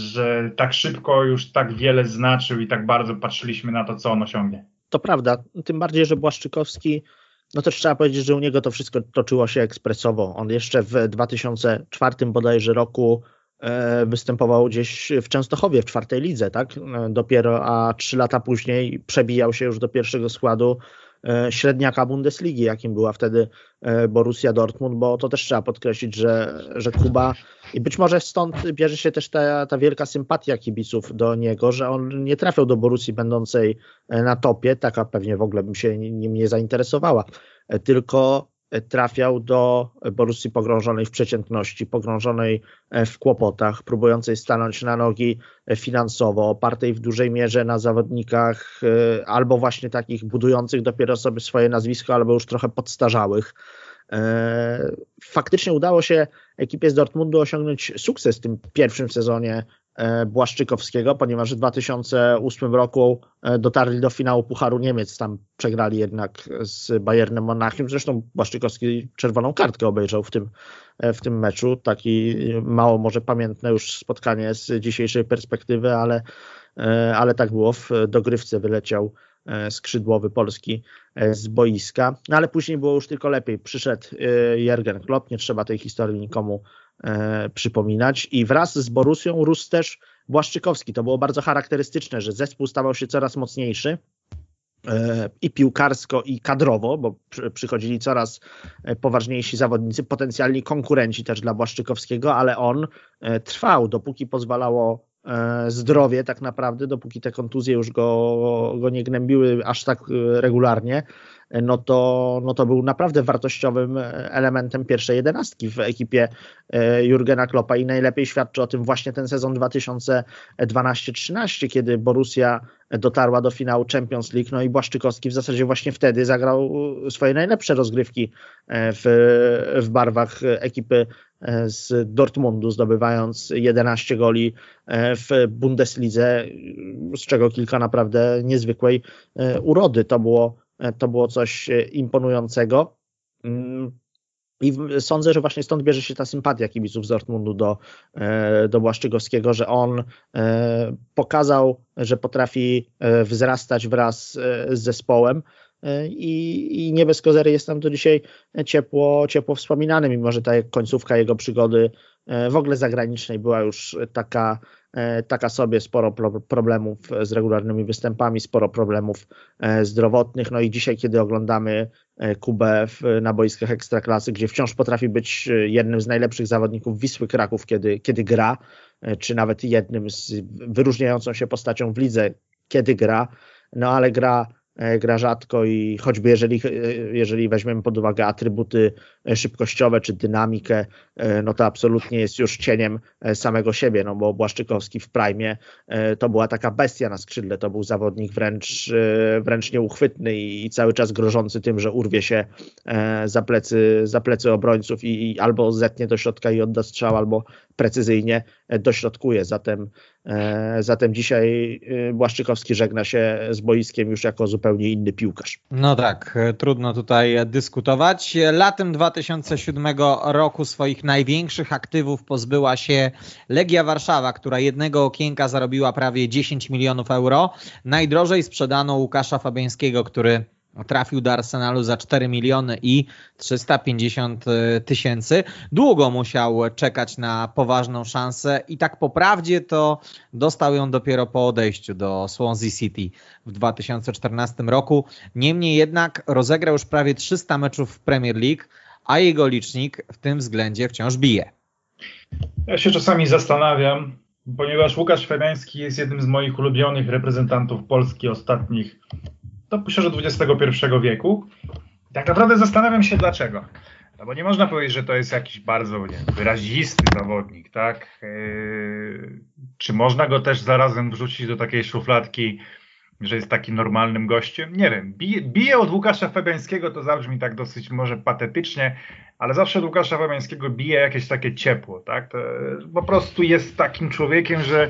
że tak szybko już tak wiele znaczył i tak bardzo patrzyliśmy na to, co on osiągnie. To prawda, tym bardziej, że Błaszczykowski, no też trzeba powiedzieć, że u niego to wszystko toczyło się ekspresowo. On jeszcze w dwa tysiące czwartym bodajże roku występował gdzieś w Częstochowie w czwartej lidze, tak? Dopiero, a trzy lata później przebijał się już do pierwszego składu średniaka Bundesligi, jakim była wtedy Borussia Dortmund, bo to też trzeba podkreślić, że, że Kuba i być może stąd bierze się też ta, ta wielka sympatia kibiców do niego, że on nie trafiał do Borussii będącej na topie, taka pewnie w ogóle bym się nim nie zainteresowała, tylko trafiał do Borussii pogrążonej w przeciętności, pogrążonej w kłopotach, próbującej stanąć na nogi finansowo, opartej w dużej mierze na zawodnikach albo właśnie takich budujących dopiero sobie swoje nazwisko, albo już trochę podstarzałych. Faktycznie udało się ekipie z Dortmundu osiągnąć sukces w tym pierwszym sezonie Błaszczykowskiego, ponieważ w dwa tysiące ósmym roku dotarli do finału Pucharu Niemiec, tam przegrali jednak z Bayernem Monachium, zresztą Błaszczykowski czerwoną kartkę obejrzał w tym, w tym meczu, taki mało może pamiętne już spotkanie z dzisiejszej perspektywy, ale, ale tak było, w dogrywce wyleciał skrzydłowy Polski z boiska, no ale później było już tylko lepiej, przyszedł Jürgen Klopp, nie trzeba tej historii nikomu E, przypominać i wraz z Borussią rósł też Błaszczykowski. To było bardzo charakterystyczne, że zespół stawał się coraz mocniejszy, i piłkarsko, i kadrowo, bo przychodzili coraz poważniejsi zawodnicy, potencjalni konkurenci też dla Błaszczykowskiego, ale on trwał, dopóki pozwalało zdrowie tak naprawdę, dopóki te kontuzje już go, go nie gnębiły aż tak regularnie, no to, no to był naprawdę wartościowym elementem pierwszej jedenastki w ekipie Jurgena Kloppa i najlepiej świadczy o tym właśnie ten sezon dwa tysiące dwanaście trzynaście, kiedy Borussia dotarła do finału Champions League, no i Błaszczykowski w zasadzie właśnie wtedy zagrał swoje najlepsze rozgrywki w, w barwach ekipy z Dortmundu, zdobywając jedenaście goli w Bundeslidze, z czego kilka naprawdę niezwykłej urody. To było, to było coś imponującego. I sądzę, że właśnie stąd bierze się ta sympatia kibiców z Dortmundu do, do Błaszczykowskiego, że on pokazał, że potrafi wzrastać wraz z zespołem. I, i nie bez kozery jest tam do dzisiaj ciepło, ciepło wspominany, mimo że ta końcówka jego przygody w ogóle zagranicznej była już taka, taka sobie, sporo problemów z regularnymi występami, sporo problemów zdrowotnych. No i dzisiaj, kiedy oglądamy Kubę na boiskach Ekstraklasy, gdzie wciąż potrafi być jednym z najlepszych zawodników Wisły Kraków, kiedy, kiedy gra, czy nawet jednym z wyróżniającą się postacią w lidze, kiedy gra, no ale gra gra rzadko i choćby jeżeli, jeżeli weźmiemy pod uwagę atrybuty szybkościowe czy dynamikę, no to absolutnie jest już cieniem samego siebie, no bo Błaszczykowski w prime to była taka bestia na skrzydle, to był zawodnik wręcz, wręcz nieuchwytny i cały czas grożący tym, że urwie się za plecy, za plecy obrońców i, i albo zetnie do środka i odda strzał, albo precyzyjnie dośrodkuje. Zatem, zatem dzisiaj Błaszczykowski żegna się z boiskiem już jako zupełnie inny piłkarz. No tak, trudno tutaj dyskutować. Latem dwa tysiące siódmego roku swoich największych aktywów pozbyła się Legia Warszawa, która jednego okienka zarobiła prawie dziesięć milionów euro. Najdrożej sprzedano Łukasza Fabiańskiego, który trafił do Arsenalu za cztery miliony i trzysta pięćdziesiąt tysięcy. Długo musiał czekać na poważną szansę i tak po prawdzie to dostał ją dopiero po odejściu do Swansea City w dwa tysiące czternastym roku. Niemniej jednak rozegrał już prawie trzysta meczów w Premier League, a jego licznik w tym względzie wciąż bije. Ja się czasami zastanawiam, ponieważ Łukasz Fabiański jest jednym z moich ulubionych reprezentantów Polski ostatnich, to myślę, że dwudziestego pierwszego wieku. Tak naprawdę zastanawiam się dlaczego. No bo nie można powiedzieć, że to jest jakiś bardzo nie, wyrazisty zawodnik, tak? Yy, czy można go też zarazem wrzucić do takiej szufladki, że jest takim normalnym gościem? Nie wiem. Bije, bije od Łukasza Fabiańskiego, to zabrzmi tak dosyć może patetycznie, ale zawsze od Łukasza Fabiańskiego bije jakieś takie ciepło, tak? To po prostu jest takim człowiekiem, że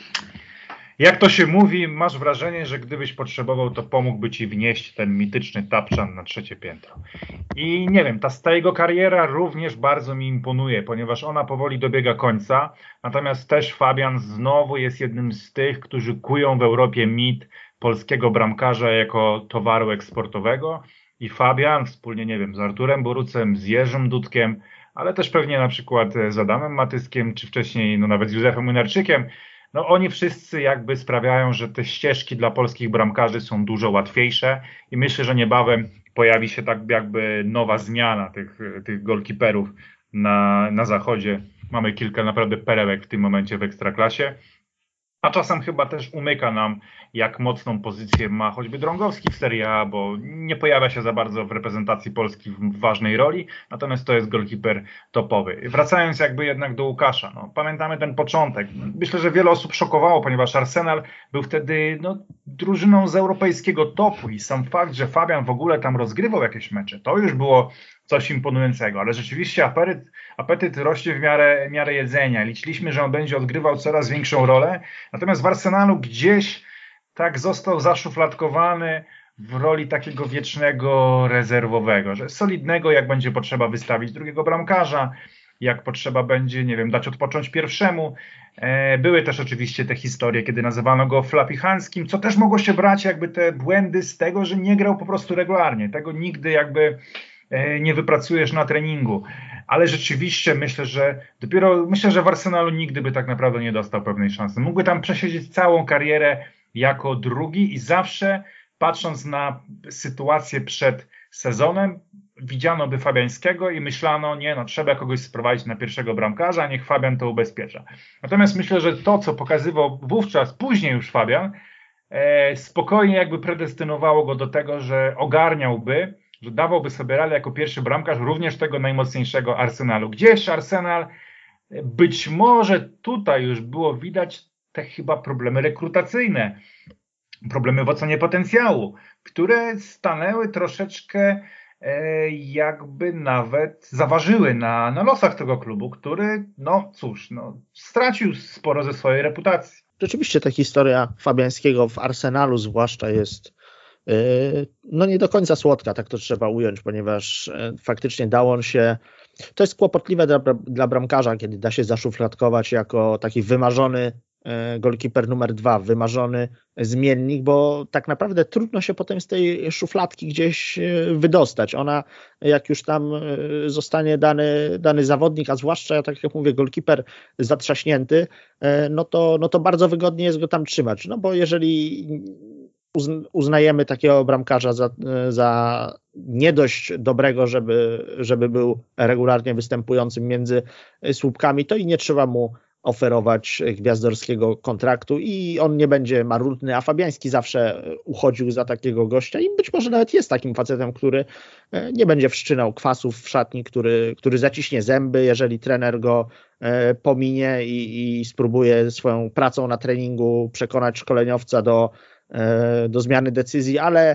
jak to się mówi, masz wrażenie, że gdybyś potrzebował, to pomógłby ci wnieść ten mityczny tapczan na trzecie piętro. I nie wiem, ta, ta jego kariera również bardzo mi imponuje, ponieważ ona powoli dobiega końca, natomiast też Fabian znowu jest jednym z tych, którzy kują w Europie mit polskiego bramkarza jako towaru eksportowego i Fabian wspólnie, nie wiem, z Arturem Borucem, z Jerzym Dudkiem, ale też pewnie na przykład z Adamem Matyskiem, czy wcześniej no nawet z Józefem Młynarczykiem, no oni wszyscy jakby sprawiają, że te ścieżki dla polskich bramkarzy są dużo łatwiejsze i myślę, że niebawem pojawi się tak jakby nowa zmiana tych, tych golkiperów na, na zachodzie. Mamy kilka naprawdę perełek w tym momencie w Ekstraklasie. A czasem chyba też umyka nam, jak mocną pozycję ma choćby Drągowski w Serie A, bo nie pojawia się za bardzo w reprezentacji Polski w ważnej roli, natomiast to jest golkiper topowy. Wracając jakby jednak do Łukasza, no, pamiętamy ten początek. Myślę, że wiele osób szokowało, ponieważ Arsenal był wtedy no, drużyną z europejskiego topu i sam fakt, że Fabian w ogóle tam rozgrywał jakieś mecze, to już było coś imponującego, ale rzeczywiście apetyt, apetyt rośnie w miarę, w miarę jedzenia. Liczyliśmy, że on będzie odgrywał coraz większą rolę, natomiast w Arsenalu gdzieś tak został zaszufladkowany w roli takiego wiecznego rezerwowego, że solidnego, jak będzie potrzeba wystawić drugiego bramkarza, jak potrzeba będzie, nie wiem, dać odpocząć pierwszemu. Były też oczywiście te historie, kiedy nazywano go flapichańskim, co też mogło się brać jakby te błędy z tego, że nie grał po prostu regularnie. Tego nigdy jakby nie wypracujesz na treningu, ale rzeczywiście myślę, że dopiero myślę, że w Arsenalu nigdy by tak naprawdę nie dostał pewnej szansy. Mógłby tam przesiedzieć całą karierę jako drugi i zawsze patrząc na sytuację przed sezonem, widziano by Fabiańskiego i myślano, nie no, trzeba kogoś sprowadzić na pierwszego bramkarza, niech Fabian to ubezpiecza. Natomiast myślę, że to, co pokazywał wówczas, później już Fabian, e, spokojnie jakby predestynowało go do tego, że ogarniałby, że dawałby sobie radę jako pierwszy bramkarz również tego najmocniejszego Arsenalu. Gdzieś Arsenal, być może tutaj już było widać te chyba problemy rekrutacyjne, problemy w ocenie potencjału, które stanęły troszeczkę e, jakby nawet zaważyły na, na losach tego klubu, który, no cóż, no, stracił sporo ze swojej reputacji. Rzeczywiście ta historia Fabiańskiego w Arsenalu zwłaszcza jest yy, no nie do końca słodka, tak to trzeba ująć, ponieważ yy, faktycznie dał on się, to jest kłopotliwe dla, dla bramkarza, kiedy da się zaszufladkować jako taki wymarzony golkiper numer dwa, wymarzony zmiennik, bo tak naprawdę trudno się potem z tej szufladki gdzieś wydostać. Ona, jak już tam zostanie dany, dany zawodnik, a zwłaszcza, tak jak mówię, golkiper zatrzaśnięty, no to, no to bardzo wygodnie jest go tam trzymać. No bo jeżeli uznajemy takiego bramkarza za, za nie dość dobrego, żeby, żeby był regularnie występującym między słupkami, to i nie trzeba mu oferować gwiazdorskiego kontraktu i on nie będzie marudny, a Fabiański zawsze uchodził za takiego gościa i być może nawet jest takim facetem, który nie będzie wszczynał kwasów w szatni, który, który zaciśnie zęby, jeżeli trener go pominie i, i spróbuje swoją pracą na treningu przekonać szkoleniowca do, do zmiany decyzji, ale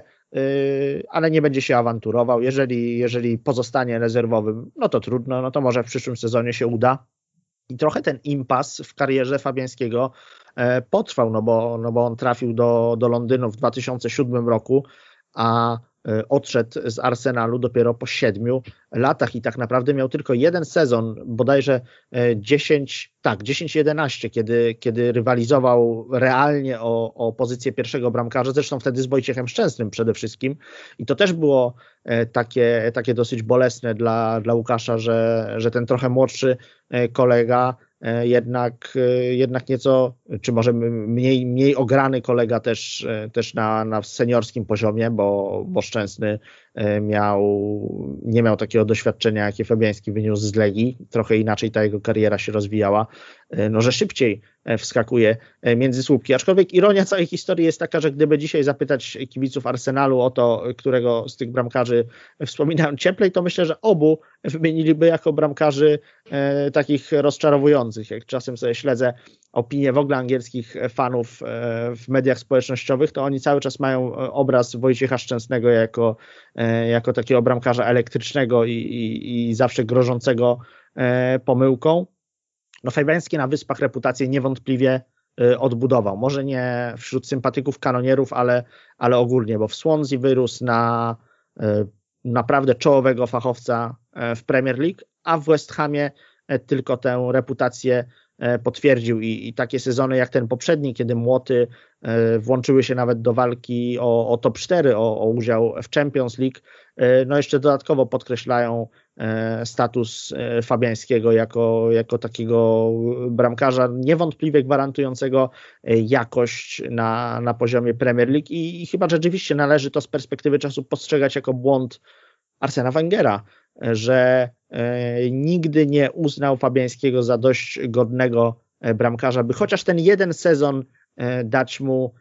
ale nie będzie się awanturował. Jeżeli, jeżeli pozostanie rezerwowym, no to trudno, no to może w przyszłym sezonie się uda. I trochę ten impas w karierze Fabiańskiego e, potrwał, no bo, no bo on trafił do, do Londynu w dwa tysiące siódmym roku, a e, odszedł z Arsenalu dopiero po siedmiu latach i tak naprawdę miał tylko jeden sezon, bodajże e, dziesięć, tak, dziesięć jedenaście, kiedy, kiedy rywalizował realnie o, o pozycję pierwszego bramkarza, zresztą wtedy z Wojciechem Szczęsnym przede wszystkim i to też było e, takie, takie dosyć bolesne dla, dla Łukasza, że, że ten trochę młodszy kolega jednak, jednak nieco, czy może mniej, mniej ograny kolega też, też na, na seniorskim poziomie, bo, bo Szczęsny miał, nie miał takiego doświadczenia, jakie Fabiański wyniósł z Legii. Trochę inaczej ta jego kariera się rozwijała, no, że szybciej wskakuje między słupki. Aczkolwiek ironia całej historii jest taka, że gdyby dzisiaj zapytać kibiców Arsenalu o to, którego z tych bramkarzy wspominałem cieplej, to myślę, że obu wymieniliby jako bramkarzy e, takich rozczarowujących. Jak czasem sobie śledzę opinie w ogóle angielskich fanów e, w mediach społecznościowych, to oni cały czas mają obraz Wojciecha Szczęsnego jako, e, jako takiego bramkarza elektrycznego i, i, i zawsze grożącego e, pomyłką. No Fabiański na Wyspach reputację niewątpliwie y, odbudował. Może nie wśród sympatyków kanonierów, ale, ale ogólnie, bo w Swansea wyrósł na y, naprawdę czołowego fachowca y, w Premier League, a w West Hamie y, tylko tę reputację y, potwierdził i, i takie sezony jak ten poprzedni, kiedy Młoty y, włączyły się nawet do walki o, o top cztery, o, o udział w Champions League, y, no jeszcze dodatkowo podkreślają status Fabiańskiego jako, jako takiego bramkarza niewątpliwie gwarantującego jakość na, na poziomie Premier League i, i chyba rzeczywiście należy to z perspektywy czasu postrzegać jako błąd Arsena Wengera, że e, nigdy nie uznał Fabiańskiego za dość godnego bramkarza, by chociaż ten jeden sezon e, dać mu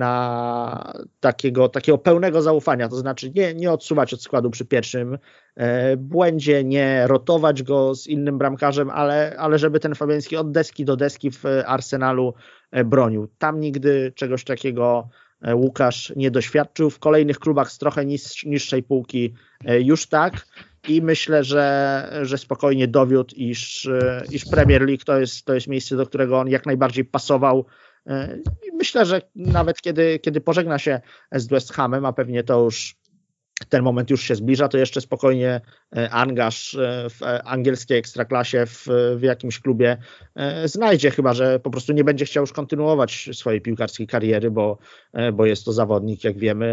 na takiego, takiego pełnego zaufania, to znaczy nie, nie odsuwać od składu przy pierwszym e, błędzie, nie rotować go z innym bramkarzem, ale, ale żeby ten Fabiański od deski do deski w Arsenalu e, bronił. Tam nigdy czegoś takiego e, Łukasz nie doświadczył. W kolejnych klubach z trochę niż, niższej półki e, już tak i myślę, że, że spokojnie dowiódł, iż, e, iż Premier League to jest, to jest miejsce, do którego on jak najbardziej pasował. I myślę, że nawet kiedy, kiedy pożegna się z West Hamem, a pewnie to już ten moment już się zbliża, to jeszcze spokojnie angaż w angielskiej ekstraklasie w, w jakimś klubie znajdzie, chyba że po prostu nie będzie chciał już kontynuować swojej piłkarskiej kariery, bo, bo jest to zawodnik, jak wiemy,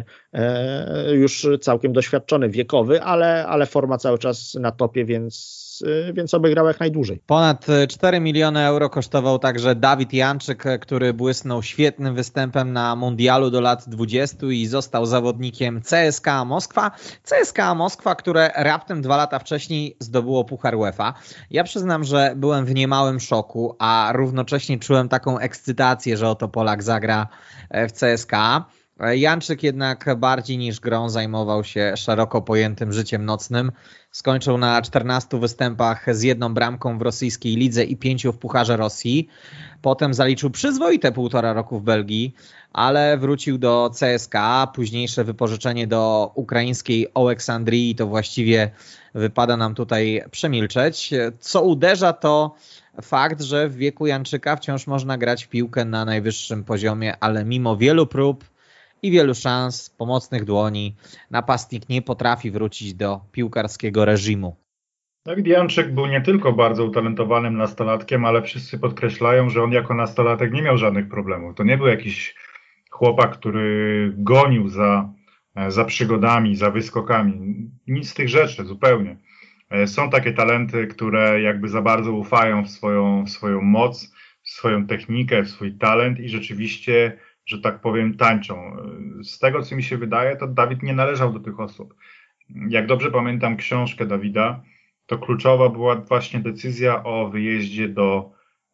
już całkiem doświadczony, wiekowy, ale, ale forma cały czas na topie, więc więc oby grał jak najdłużej. Ponad cztery miliony euro kosztował także Dawid Janczyk, który błysnął świetnym występem na mundialu do lat dwudziestu i został zawodnikiem C S K A Moskwa. C S K A Moskwa, które raptem dwa lata wcześniej zdobyło Puchar UEFA. Ja przyznam, że byłem w niemałym szoku, a równocześnie czułem taką ekscytację, że oto Polak zagra w C S K A. Janczyk jednak bardziej niż grą zajmował się szeroko pojętym życiem nocnym. Skończył na czternastu występach z jedną bramką w rosyjskiej lidze i pięciu w Pucharze Rosji. Potem zaliczył przyzwoite półtora roku w Belgii, ale wrócił do C S K A. Późniejsze wypożyczenie do ukraińskiej Oleksandrii to właściwie wypada nam tutaj przemilczeć. Co uderza, to fakt, że w wieku Janczyka wciąż można grać w piłkę na najwyższym poziomie, ale mimo wielu prób i wielu szans, pomocnych dłoni, napastnik nie potrafi wrócić do piłkarskiego reżimu. Dawid Janczyk był nie tylko bardzo utalentowanym nastolatkiem, ale wszyscy podkreślają, że on jako nastolatek nie miał żadnych problemów. To nie był jakiś chłopak, który gonił za, za przygodami, za wyskokami. Nic z tych rzeczy, zupełnie. Są takie talenty, które jakby za bardzo ufają w swoją, w swoją moc, w swoją technikę, w swój talent i rzeczywiście, że tak powiem, tańczą. Z tego, co mi się wydaje, to Dawid nie należał do tych osób. Jak dobrze pamiętam książkę Dawida, to kluczowa była właśnie decyzja o wyjeździe do,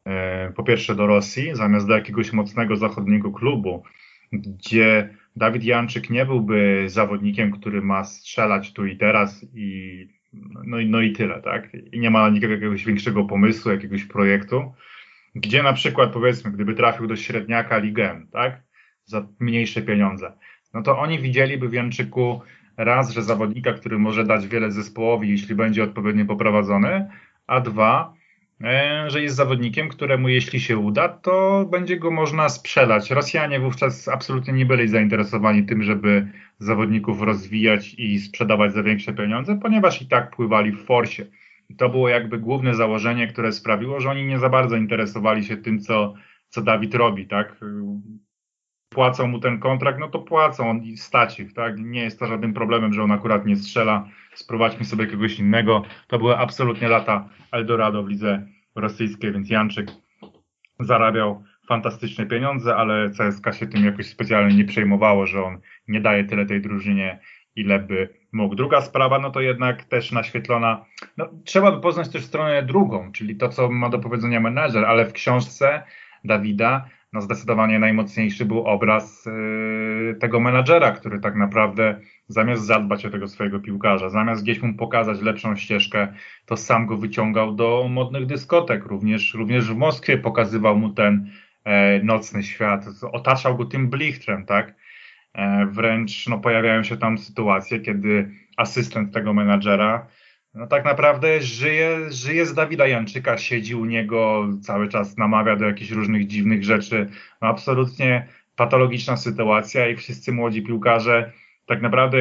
e, po pierwsze do Rosji, zamiast do jakiegoś mocnego zachodniego klubu, gdzie Dawid Janczyk nie byłby zawodnikiem, który ma strzelać tu i teraz i no i, no i tyle, tak? I nie ma jakiegoś większego pomysłu, jakiegoś projektu, gdzie na przykład, powiedzmy, gdyby trafił do średniaka Ligę, tak? Za mniejsze pieniądze, no to oni widzieliby w Janczyku raz, że zawodnika, który może dać wiele zespołowi, jeśli będzie odpowiednio poprowadzony, a dwa, e, że jest zawodnikiem, któremu jeśli się uda, to będzie go można sprzedać. Rosjanie wówczas absolutnie nie byli zainteresowani tym, żeby zawodników rozwijać i sprzedawać za większe pieniądze, ponieważ i tak pływali w forsie. I to było jakby główne założenie, które sprawiło, że oni nie za bardzo interesowali się tym, co, co Dawid robi, tak? Płacą mu ten kontrakt, no to płacą, on stać ich, tak? Nie jest to żadnym problemem, że on akurat nie strzela, sprowadźmy sobie kogoś innego. To były absolutnie lata Eldorado w lidze rosyjskiej, więc Janczyk zarabiał fantastyczne pieniądze, ale C S K A się tym jakoś specjalnie nie przejmowało, że on nie daje tyle tej drużynie, ile by mógł. Druga sprawa, no to jednak też naświetlona, no trzeba by poznać też stronę drugą, czyli to, co ma do powiedzenia menedżer, ale w książce Dawida no zdecydowanie najmocniejszy był obraz yy, tego menadżera, który tak naprawdę zamiast zadbać o tego swojego piłkarza, zamiast gdzieś mu pokazać lepszą ścieżkę, to sam go wyciągał do modnych dyskotek. Również, również w Moskwie pokazywał mu ten e, nocny świat, otaczał go tym blichtrem, tak? E, wręcz no, pojawiają się tam sytuacje, kiedy asystent tego menadżera no tak naprawdę żyje, żyje z Dawida Janczyka, siedzi u niego, cały czas namawia do jakichś różnych dziwnych rzeczy. No absolutnie patologiczna sytuacja i wszyscy młodzi piłkarze tak naprawdę,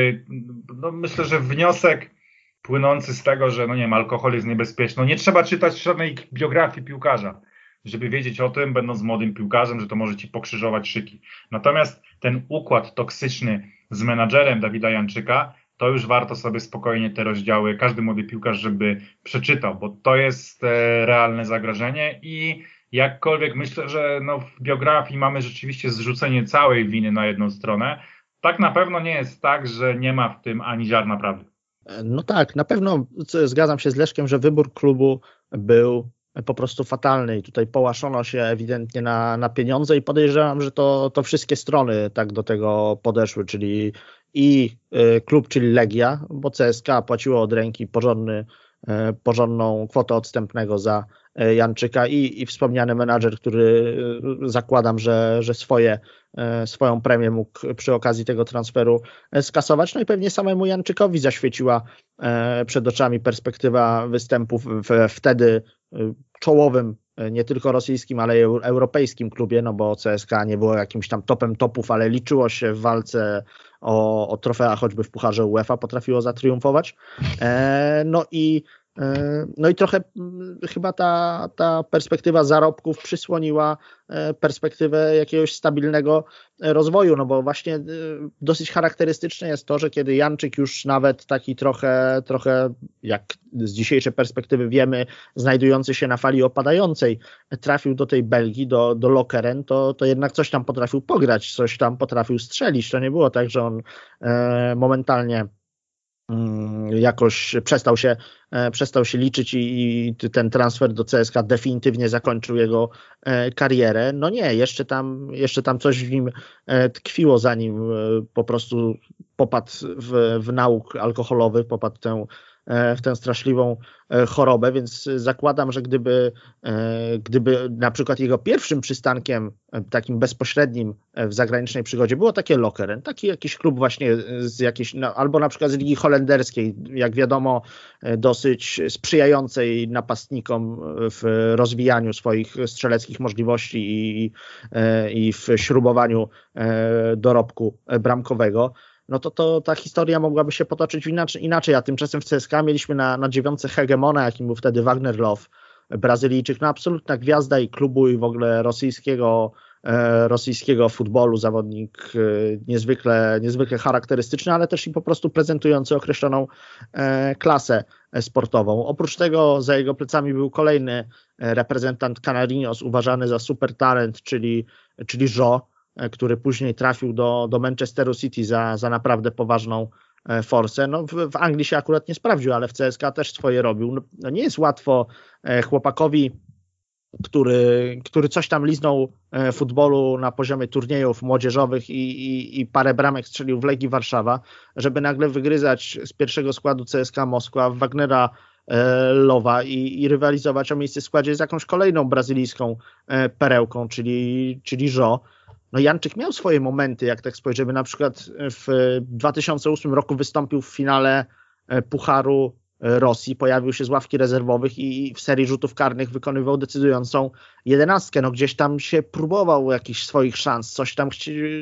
no myślę, że wniosek płynący z tego, że no nie wiem, alkohol jest niebezpieczny. No nie trzeba czytać żadnej biografii piłkarza, żeby wiedzieć o tym, będąc młodym piłkarzem, że to może ci pokrzyżować szyki. Natomiast ten układ toksyczny z menadżerem Dawida Janczyka, to już warto sobie spokojnie te rozdziały, każdy młody piłkarz, żeby przeczytał, bo to jest e, realne zagrożenie i jakkolwiek myślę, że no w biografii mamy rzeczywiście zrzucenie całej winy na jedną stronę, tak na pewno nie jest tak, że nie ma w tym ani ziarna prawdy. No tak, na pewno zgadzam się z Leszkiem, że wybór klubu był po prostu fatalny i tutaj połaszono się ewidentnie na, na pieniądze i podejrzewam, że to, to wszystkie strony tak do tego podeszły, czyli i y, klub, czyli Legia, bo C S K A płaciło od ręki porządny, y, porządną kwotę odstępnego za y, Janczyka i, i wspomniany menadżer, który y, zakładam, że, że swoje, y, swoją premię mógł przy okazji tego transferu y, skasować. No i pewnie samemu Janczykowi zaświeciła y, przed oczami perspektywa występów w wtedy y, czołowym nie tylko rosyjskim, ale i europejskim klubie, no bo C S K A nie było jakimś tam topem topów, ale liczyło się w walce o, o trofea, choćby w Pucharze UEFA potrafiło zatriumfować. E, no i No i trochę chyba ta, ta perspektywa zarobków przysłoniła perspektywę jakiegoś stabilnego rozwoju, no bo właśnie dosyć charakterystyczne jest to, że kiedy Janczyk już nawet taki trochę, trochę jak z dzisiejszej perspektywy wiemy, znajdujący się na fali opadającej, trafił do tej Belgii, do, do Lokeren, to, to jednak coś tam potrafił pograć, coś tam potrafił strzelić. To nie było tak, że on e, momentalnie jakoś przestał się, przestał się liczyć i, i ten transfer do C S K A definitywnie zakończył jego karierę. No nie, jeszcze tam, jeszcze tam coś w nim tkwiło, zanim po prostu popadł w, w nauk alkoholowy, popadł tę, w tę straszliwą chorobę, więc zakładam, że gdyby, gdyby na przykład jego pierwszym przystankiem takim bezpośrednim w zagranicznej przygodzie było takie Lokeren, taki jakiś klub właśnie z jakiejś, no, albo na przykład z Ligi Holenderskiej, jak wiadomo dosyć sprzyjającej napastnikom w rozwijaniu swoich strzeleckich możliwości i, i w śrubowaniu dorobku bramkowego, no to, to ta historia mogłaby się potoczyć inaczej, inaczej, a tymczasem w C S K A mieliśmy na, na dziewiątce hegemona, jakim był wtedy Wagner Love, Brazylijczyk, no absolutna gwiazda i klubu i w ogóle rosyjskiego, e, rosyjskiego futbolu, zawodnik e, niezwykle, niezwykle charakterystyczny, ale też i po prostu prezentujący określoną e, klasę sportową. Oprócz tego za jego plecami był kolejny reprezentant Canarinos, uważany za super talent, czyli, czyli Jo, który później trafił do, do Manchesteru City za, za naprawdę poważną forsę. No, w, w Anglii się akurat nie sprawdził, ale w C S K A też swoje robił. No, no nie jest łatwo chłopakowi, który, który coś tam liznął futbolu na poziomie turniejów młodzieżowych i, i, i parę bramek strzelił w Legii Warszawa, żeby nagle wygryzać z pierwszego składu C S K A Moskwa Wagnera Lowa i, i rywalizować o miejsce w składzie z jakąś kolejną brazylijską perełką, czyli, czyli Jo. No Janczyk miał swoje momenty, jak tak spojrzymy, na przykład w dwa tysiące ósmym roku wystąpił w finale Pucharu Rosji, pojawił się z ławki rezerwowych i w serii rzutów karnych wykonywał decydującą jedenastkę. No gdzieś tam się próbował jakichś swoich szans, coś tam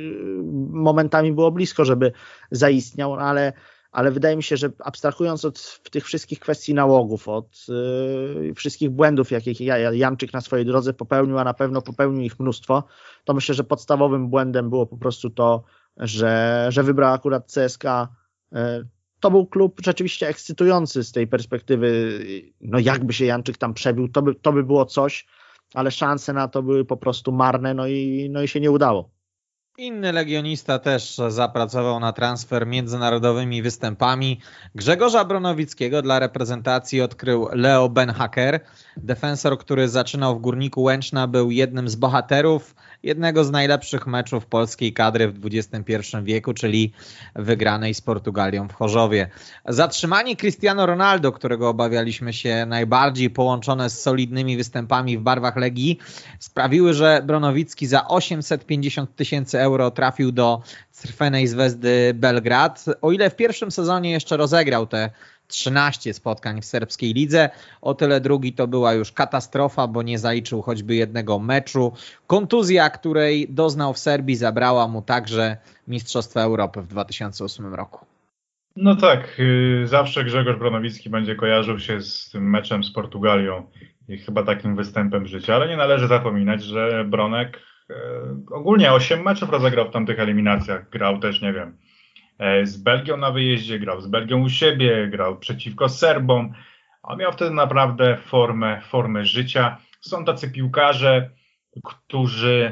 momentami było blisko, żeby zaistniał, no ale ale wydaje mi się, że abstrahując od tych wszystkich kwestii nałogów, od yy, wszystkich błędów, jakich Janczyk na swojej drodze popełnił, a na pewno popełnił ich mnóstwo, to myślę, że podstawowym błędem było po prostu to, że, że wybrał akurat C S K A. Yy, to był klub rzeczywiście ekscytujący z tej perspektywy, no jakby się Janczyk tam przebił, to by, to by było coś, ale szanse na to były po prostu marne, no i, no i się nie udało. Inny legionista też zapracował na transfer międzynarodowymi występami. Grzegorza Bronowickiego dla reprezentacji odkrył Leo Benhaker. Defensor, który zaczynał w Górniku Łęczna, był jednym z bohaterów jednego z najlepszych meczów polskiej kadry w dwudziestym pierwszym wieku, czyli wygranej z Portugalią w Chorzowie. Zatrzymanie Cristiano Ronaldo, którego obawialiśmy się najbardziej, połączone z solidnymi występami w barwach Legii, sprawiły, że Bronowicki za osiemset pięćdziesiąt tysięcy euro trafił do Crvenej Zvezdy Belgrad. O ile w pierwszym sezonie jeszcze rozegrał te trzynaście spotkań w serbskiej lidze, o tyle drugi to była już katastrofa, bo nie zaliczył choćby jednego meczu. Kontuzja, której doznał w Serbii, zabrała mu także Mistrzostwa Europy w dwa tysiące ósmym roku. No tak, zawsze Grzegorz Bronowicki będzie kojarzył się z tym meczem z Portugalią i chyba takim występem życia, ale nie należy zapominać, że Bronek ogólnie osiem meczów rozegrał w tamtych eliminacjach. Grał też, nie wiem, z Belgią na wyjeździe, grał z Belgią u siebie, grał przeciwko Serbom. On miał wtedy naprawdę formę, formę życia. Są tacy piłkarze, którzy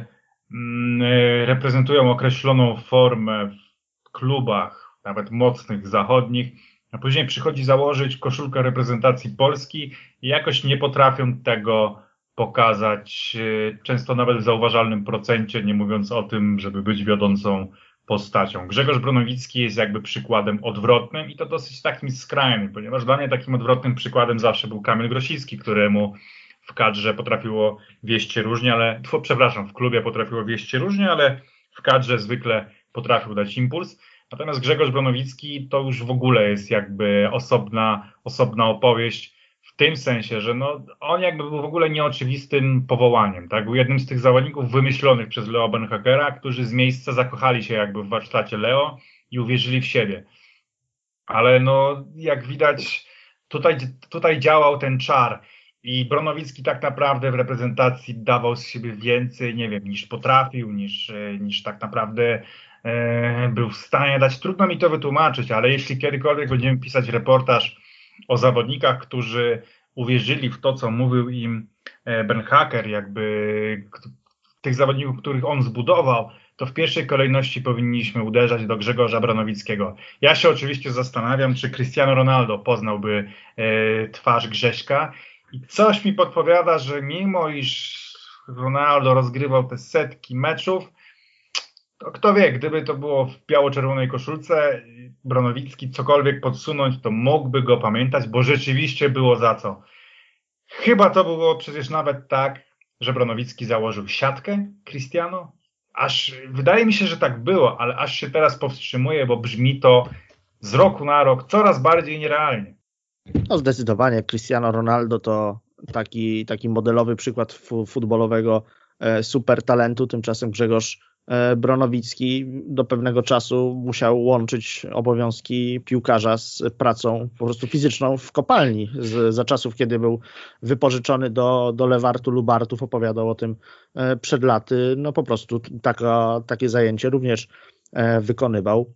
reprezentują określoną formę w klubach, nawet mocnych, zachodnich, a później przychodzi założyć koszulkę reprezentacji Polski i jakoś nie potrafią tego pokazać, często nawet w zauważalnym procencie, nie mówiąc o tym, żeby być wiodącą postacią. Grzegorz Bronowicki jest jakby przykładem odwrotnym i to dosyć takim skrajnym, ponieważ dla mnie takim odwrotnym przykładem zawsze był Kamil Grosicki, któremu w kadrze potrafiło wieść się różnie, ale, tfu, przepraszam, w klubie potrafiło wieść się różnie, ale w kadrze zwykle potrafił dać impuls. Natomiast Grzegorz Bronowicki to już w ogóle jest jakby osobna, osobna opowieść. W tym sensie, że no, on jakby był w ogóle nieoczywistym powołaniem, tak? Był jednym z tych zawodników wymyślonych przez Leo Beenhakera, którzy z miejsca zakochali się jakby w warsztacie Leo i uwierzyli w siebie. Ale no, jak widać, tutaj, tutaj działał ten czar i Bronowicki tak naprawdę w reprezentacji dawał z siebie więcej, nie wiem, niż potrafił, niż, niż tak naprawdę e, był w stanie dać. Trudno mi to wytłumaczyć, ale jeśli kiedykolwiek będziemy pisać reportaż o zawodnikach, którzy uwierzyli w to, co mówił im Beenhaker, jakby tych zawodników, których on zbudował, to w pierwszej kolejności powinniśmy uderzać do Grzegorza Bronowickiego. Ja się oczywiście zastanawiam, czy Cristiano Ronaldo poznałby e, twarz Grześka i coś mi podpowiada, że mimo iż Ronaldo rozgrywał te setki meczów, to kto wie, gdyby to było w biało-czerwonej koszulce, Bronowicki cokolwiek podsunąć, to mógłby go pamiętać, bo rzeczywiście było za co. Chyba to było przecież nawet tak, że Bronowicki założył siatkę Cristiano. Aż wydaje mi się, że tak było, ale aż się teraz powstrzymuję, bo brzmi to z roku na rok coraz bardziej nierealnie. No zdecydowanie Cristiano Ronaldo to taki, taki modelowy przykład futbolowego e, super talentu, tymczasem Grzegorz e, Bronowicki do pewnego czasu musiał łączyć obowiązki piłkarza z pracą po prostu fizyczną w kopalni. Z, za czasów, kiedy był wypożyczony do, do Lewartu Lubartów, opowiadał o tym e, przed laty, no po prostu taka, takie zajęcie również e, wykonywał.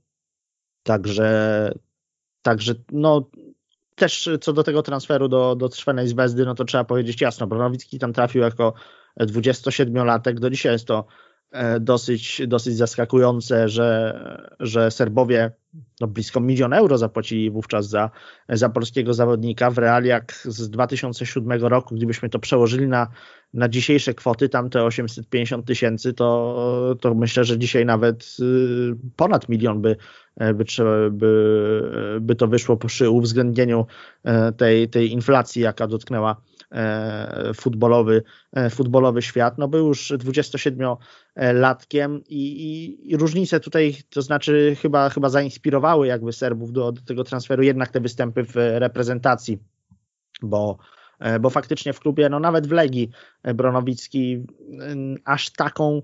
Także, także no też co do tego transferu do, do Crvenej Zvezdy, no to trzeba powiedzieć jasno, Bronowicki tam trafił jako dwudziestosiedmiolatek, do dzisiaj jest to dosyć, dosyć zaskakujące, że, że Serbowie no blisko milion euro zapłacili wówczas za, za polskiego zawodnika. W realiach z dwa tysiące siódmego roku, gdybyśmy to przełożyli na, na dzisiejsze kwoty, tamte osiemset pięćdziesiąt tysięcy, to, to myślę, że dzisiaj nawet ponad milion by, by, by, by to wyszło przy uwzględnieniu tej, tej inflacji, jaka dotknęła futbolowy, futbolowy świat. No był już dwudziestosiedmiolatkiem i, i, i różnice tutaj, to znaczy chyba, chyba zainspirowały jakby Serbów do, do tego transferu jednak te występy w reprezentacji, bo bo faktycznie w klubie, no nawet w Legii Bronowicki aż taką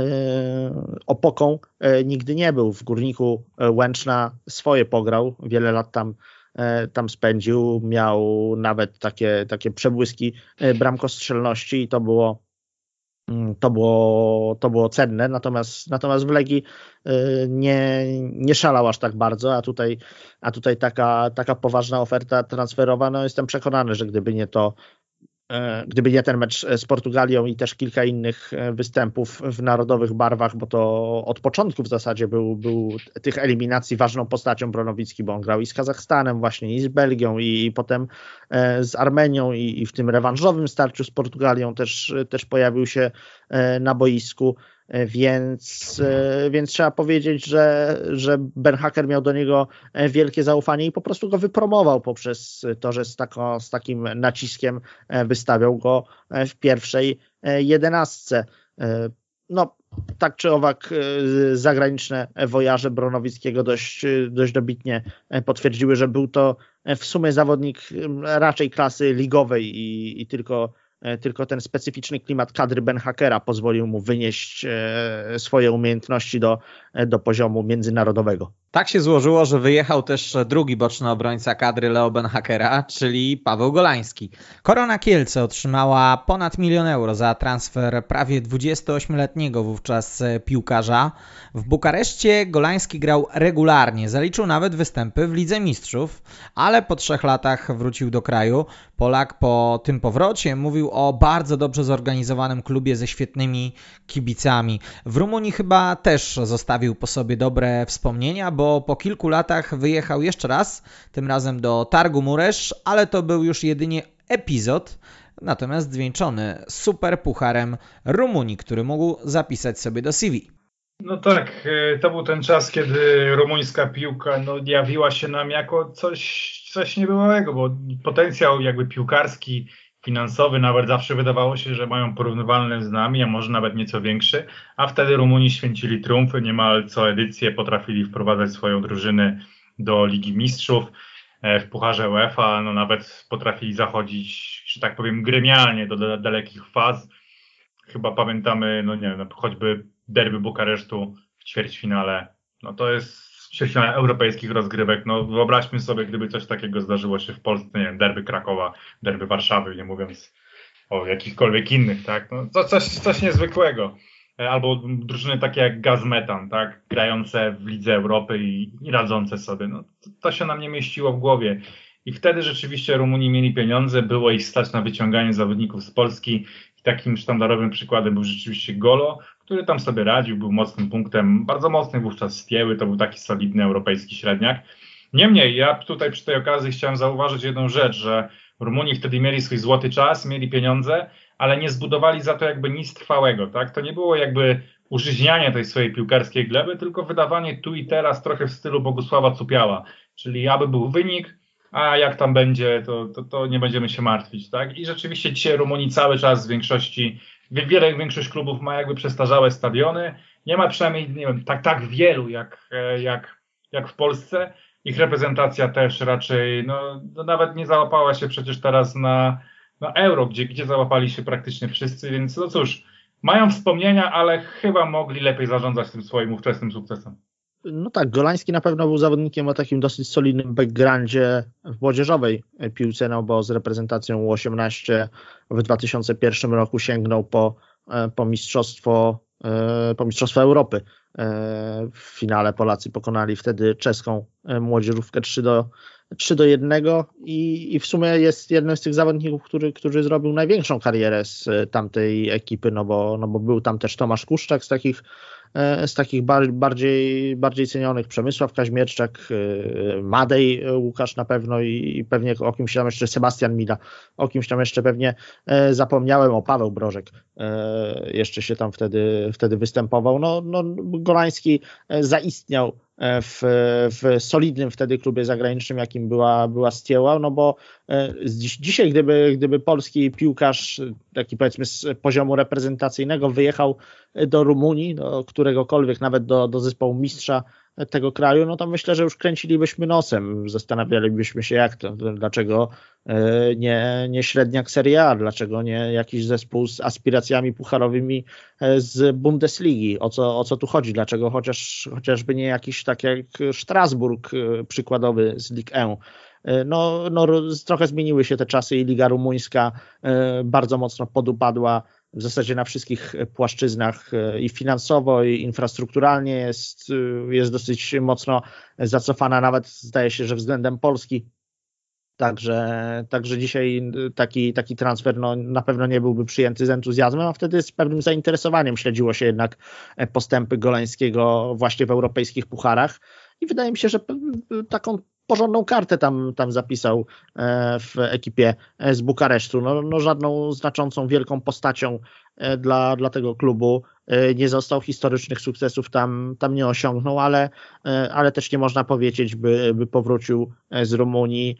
opoką nigdy nie był. W Górniku Łęczna swoje pograł, wiele lat tam tam spędził, miał nawet takie, takie przebłyski bramkostrzelności i to było, to było, to było cenne, natomiast, natomiast w Legii nie, nie szalał aż tak bardzo, a tutaj, a tutaj taka, taka poważna oferta transferowa, no jestem przekonany, że gdyby nie to, gdyby nie ten mecz z Portugalią i też kilka innych występów w narodowych barwach, bo to od początku w zasadzie był, był tych eliminacji ważną postacią Bronowicki, bo on grał i z Kazachstanem właśnie, i z Belgią, i, i potem z Armenią, i, i w tym rewanżowym starciu z Portugalią też, też pojawił się na boisku. Więc, więc trzeba powiedzieć, że, że Beenhaker miał do niego wielkie zaufanie i po prostu go wypromował poprzez to, że z, tako, z takim naciskiem wystawiał go w pierwszej jedenastce. No, tak czy owak zagraniczne wojaże Bronowickiego dość, dość dobitnie potwierdziły, że był to w sumie zawodnik raczej klasy ligowej i, i tylko Tylko ten specyficzny klimat kadry Beenhakera pozwolił mu wynieść swoje umiejętności do, do poziomu międzynarodowego. Tak się złożyło, że wyjechał też drugi boczny obrońca kadry Leo Beenhakera, czyli Paweł Golański. Korona Kielce otrzymała ponad milion euro za transfer prawie dwudziestoośmioletniego wówczas piłkarza. W Bukareszcie Golański grał regularnie, zaliczył nawet występy w Lidze Mistrzów, ale po trzech latach wrócił do kraju. Polak po tym powrocie mówił o bardzo dobrze zorganizowanym klubie ze świetnymi kibicami. W Rumunii chyba też zostawił po sobie dobre wspomnienia, bo po kilku latach wyjechał jeszcze raz, tym razem do Targu Muresz, ale to był już jedynie epizod, natomiast zwieńczony super pucharem Rumunii, który mógł zapisać sobie do C V. No tak, to był ten czas, kiedy rumuńska piłka no, jawiła się nam jako coś, coś niebywałego, bo potencjał jakby piłkarski, finansowy nawet zawsze wydawało się, że mają porównywalne z nami, a może nawet nieco większy, a wtedy Rumuni święcili triumfy, niemal co edycję potrafili wprowadzać swoją drużynę do Ligi Mistrzów. w Pucharze UEFA, no nawet potrafili zachodzić, że tak powiem, gremialnie do, do dalekich faz. Chyba pamiętamy, no nie wiem, choćby derby Bukaresztu w ćwierćfinale, no to jest ćwierćfinale europejskich rozgrywek, no wyobraźmy sobie, gdyby coś takiego zdarzyło się w Polsce, nie wiem, derby Krakowa, derby Warszawy, nie mówiąc o jakichkolwiek innych, tak, no to coś, coś niezwykłego. Albo drużyny takie jak Gazmetan, tak, grające w Lidze Europy i, i radzące sobie, no to, to się nam nie mieściło w głowie. I wtedy rzeczywiście Rumuni mieli pieniądze, było ich stać na wyciąganie zawodników z Polski. I takim sztandarowym przykładem był rzeczywiście Golo, który tam sobie radził, był mocnym punktem, bardzo mocny wówczas Stieły, to był taki solidny europejski średniak. Niemniej ja tutaj przy tej okazji chciałem zauważyć jedną rzecz, że Rumuni wtedy mieli swój złoty czas, mieli pieniądze, ale nie zbudowali za to jakby nic trwałego, tak? To nie było jakby użyźnianie tej swojej piłkarskiej gleby, tylko wydawanie tu i teraz trochę w stylu Bogusława Cupiała, czyli aby był wynik, a jak tam będzie, to, to, to nie będziemy się martwić, tak? I rzeczywiście dzisiaj Rumunii cały czas w większości, wiele, większość klubów ma jakby przestarzałe stadiony, nie ma przynajmniej, nie wiem, tak, tak wielu jak, jak, jak w Polsce. Ich reprezentacja też raczej, no, no nawet nie załapała się przecież teraz na, na Euro, gdzie, gdzie załapali się praktycznie wszyscy, więc no cóż, mają wspomnienia, ale chyba mogli lepiej zarządzać tym swoim ówczesnym sukcesem. No tak, Golański na pewno był zawodnikiem o takim dosyć solidnym backgroundzie w młodzieżowej piłce, no bo z reprezentacją U osiemnaście w dwa tysiące pierwszym roku sięgnął po, po mistrzostwo po mistrzostwo Europy. W finale Polacy pokonali wtedy czeską młodzieżówkę trzy do jednego i, i w sumie jest jednym z tych zawodników, który, który zrobił największą karierę z tamtej ekipy, no bo, no bo był tam też Tomasz Kuszczak z takich z takich bardziej, bardziej cenionych, Przemysław Kaźmierczak, Madej Łukasz na pewno i, i pewnie o kimś tam jeszcze Sebastian Mida, o kimś tam jeszcze pewnie zapomniałem, o Paweł Brożek jeszcze się tam wtedy, wtedy występował. No, no Golański zaistniał w, w solidnym wtedy klubie zagranicznym, jakim była, była Stieła, no bo dziś, dzisiaj gdyby, gdyby polski piłkarz, taki powiedzmy z poziomu reprezentacyjnego wyjechał do Rumunii, do któregokolwiek, nawet do, do zespołu mistrza tego kraju, no to myślę, że już kręcilibyśmy nosem, zastanawialibyśmy się jak to, dlaczego nie, nie średniak Serie A, dlaczego nie jakiś zespół z aspiracjami pucharowymi z Bundesligi, o co, o co tu chodzi, dlaczego chociaż, chociażby nie jakiś tak jak Strasburg przykładowy z Ligue jeden. No, no trochę zmieniły się te czasy i Liga Rumuńska bardzo mocno podupadła w zasadzie na wszystkich płaszczyznach i finansowo, i infrastrukturalnie jest, jest dosyć mocno zacofana, nawet zdaje się, że względem Polski. Także, także dzisiaj taki, taki transfer no, na pewno nie byłby przyjęty z entuzjazmem, a wtedy z pewnym zainteresowaniem śledziło się jednak postępy Golańskiego właśnie w europejskich pucharach i wydaje mi się, że taką porządną kartę tam, tam zapisał w ekipie z Bukaresztu. No, no żadną znaczącą, wielką postacią dla, dla tego klubu nie został, historycznych sukcesów tam, tam nie osiągnął, ale, ale też nie można powiedzieć, by, by powrócił z Rumunii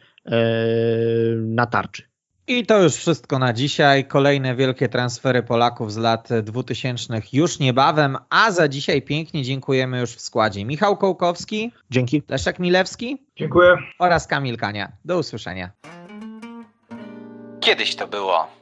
na tarczy. I to już wszystko na dzisiaj. Kolejne wielkie transfery Polaków z lat dwutysięcznych już niebawem, a za dzisiaj pięknie dziękujemy już w składzie. Michał Kołkowski. Dzięki. Leszek Milewski. Dziękuję. Oraz Kamil Kania. Do usłyszenia. Kiedyś to było.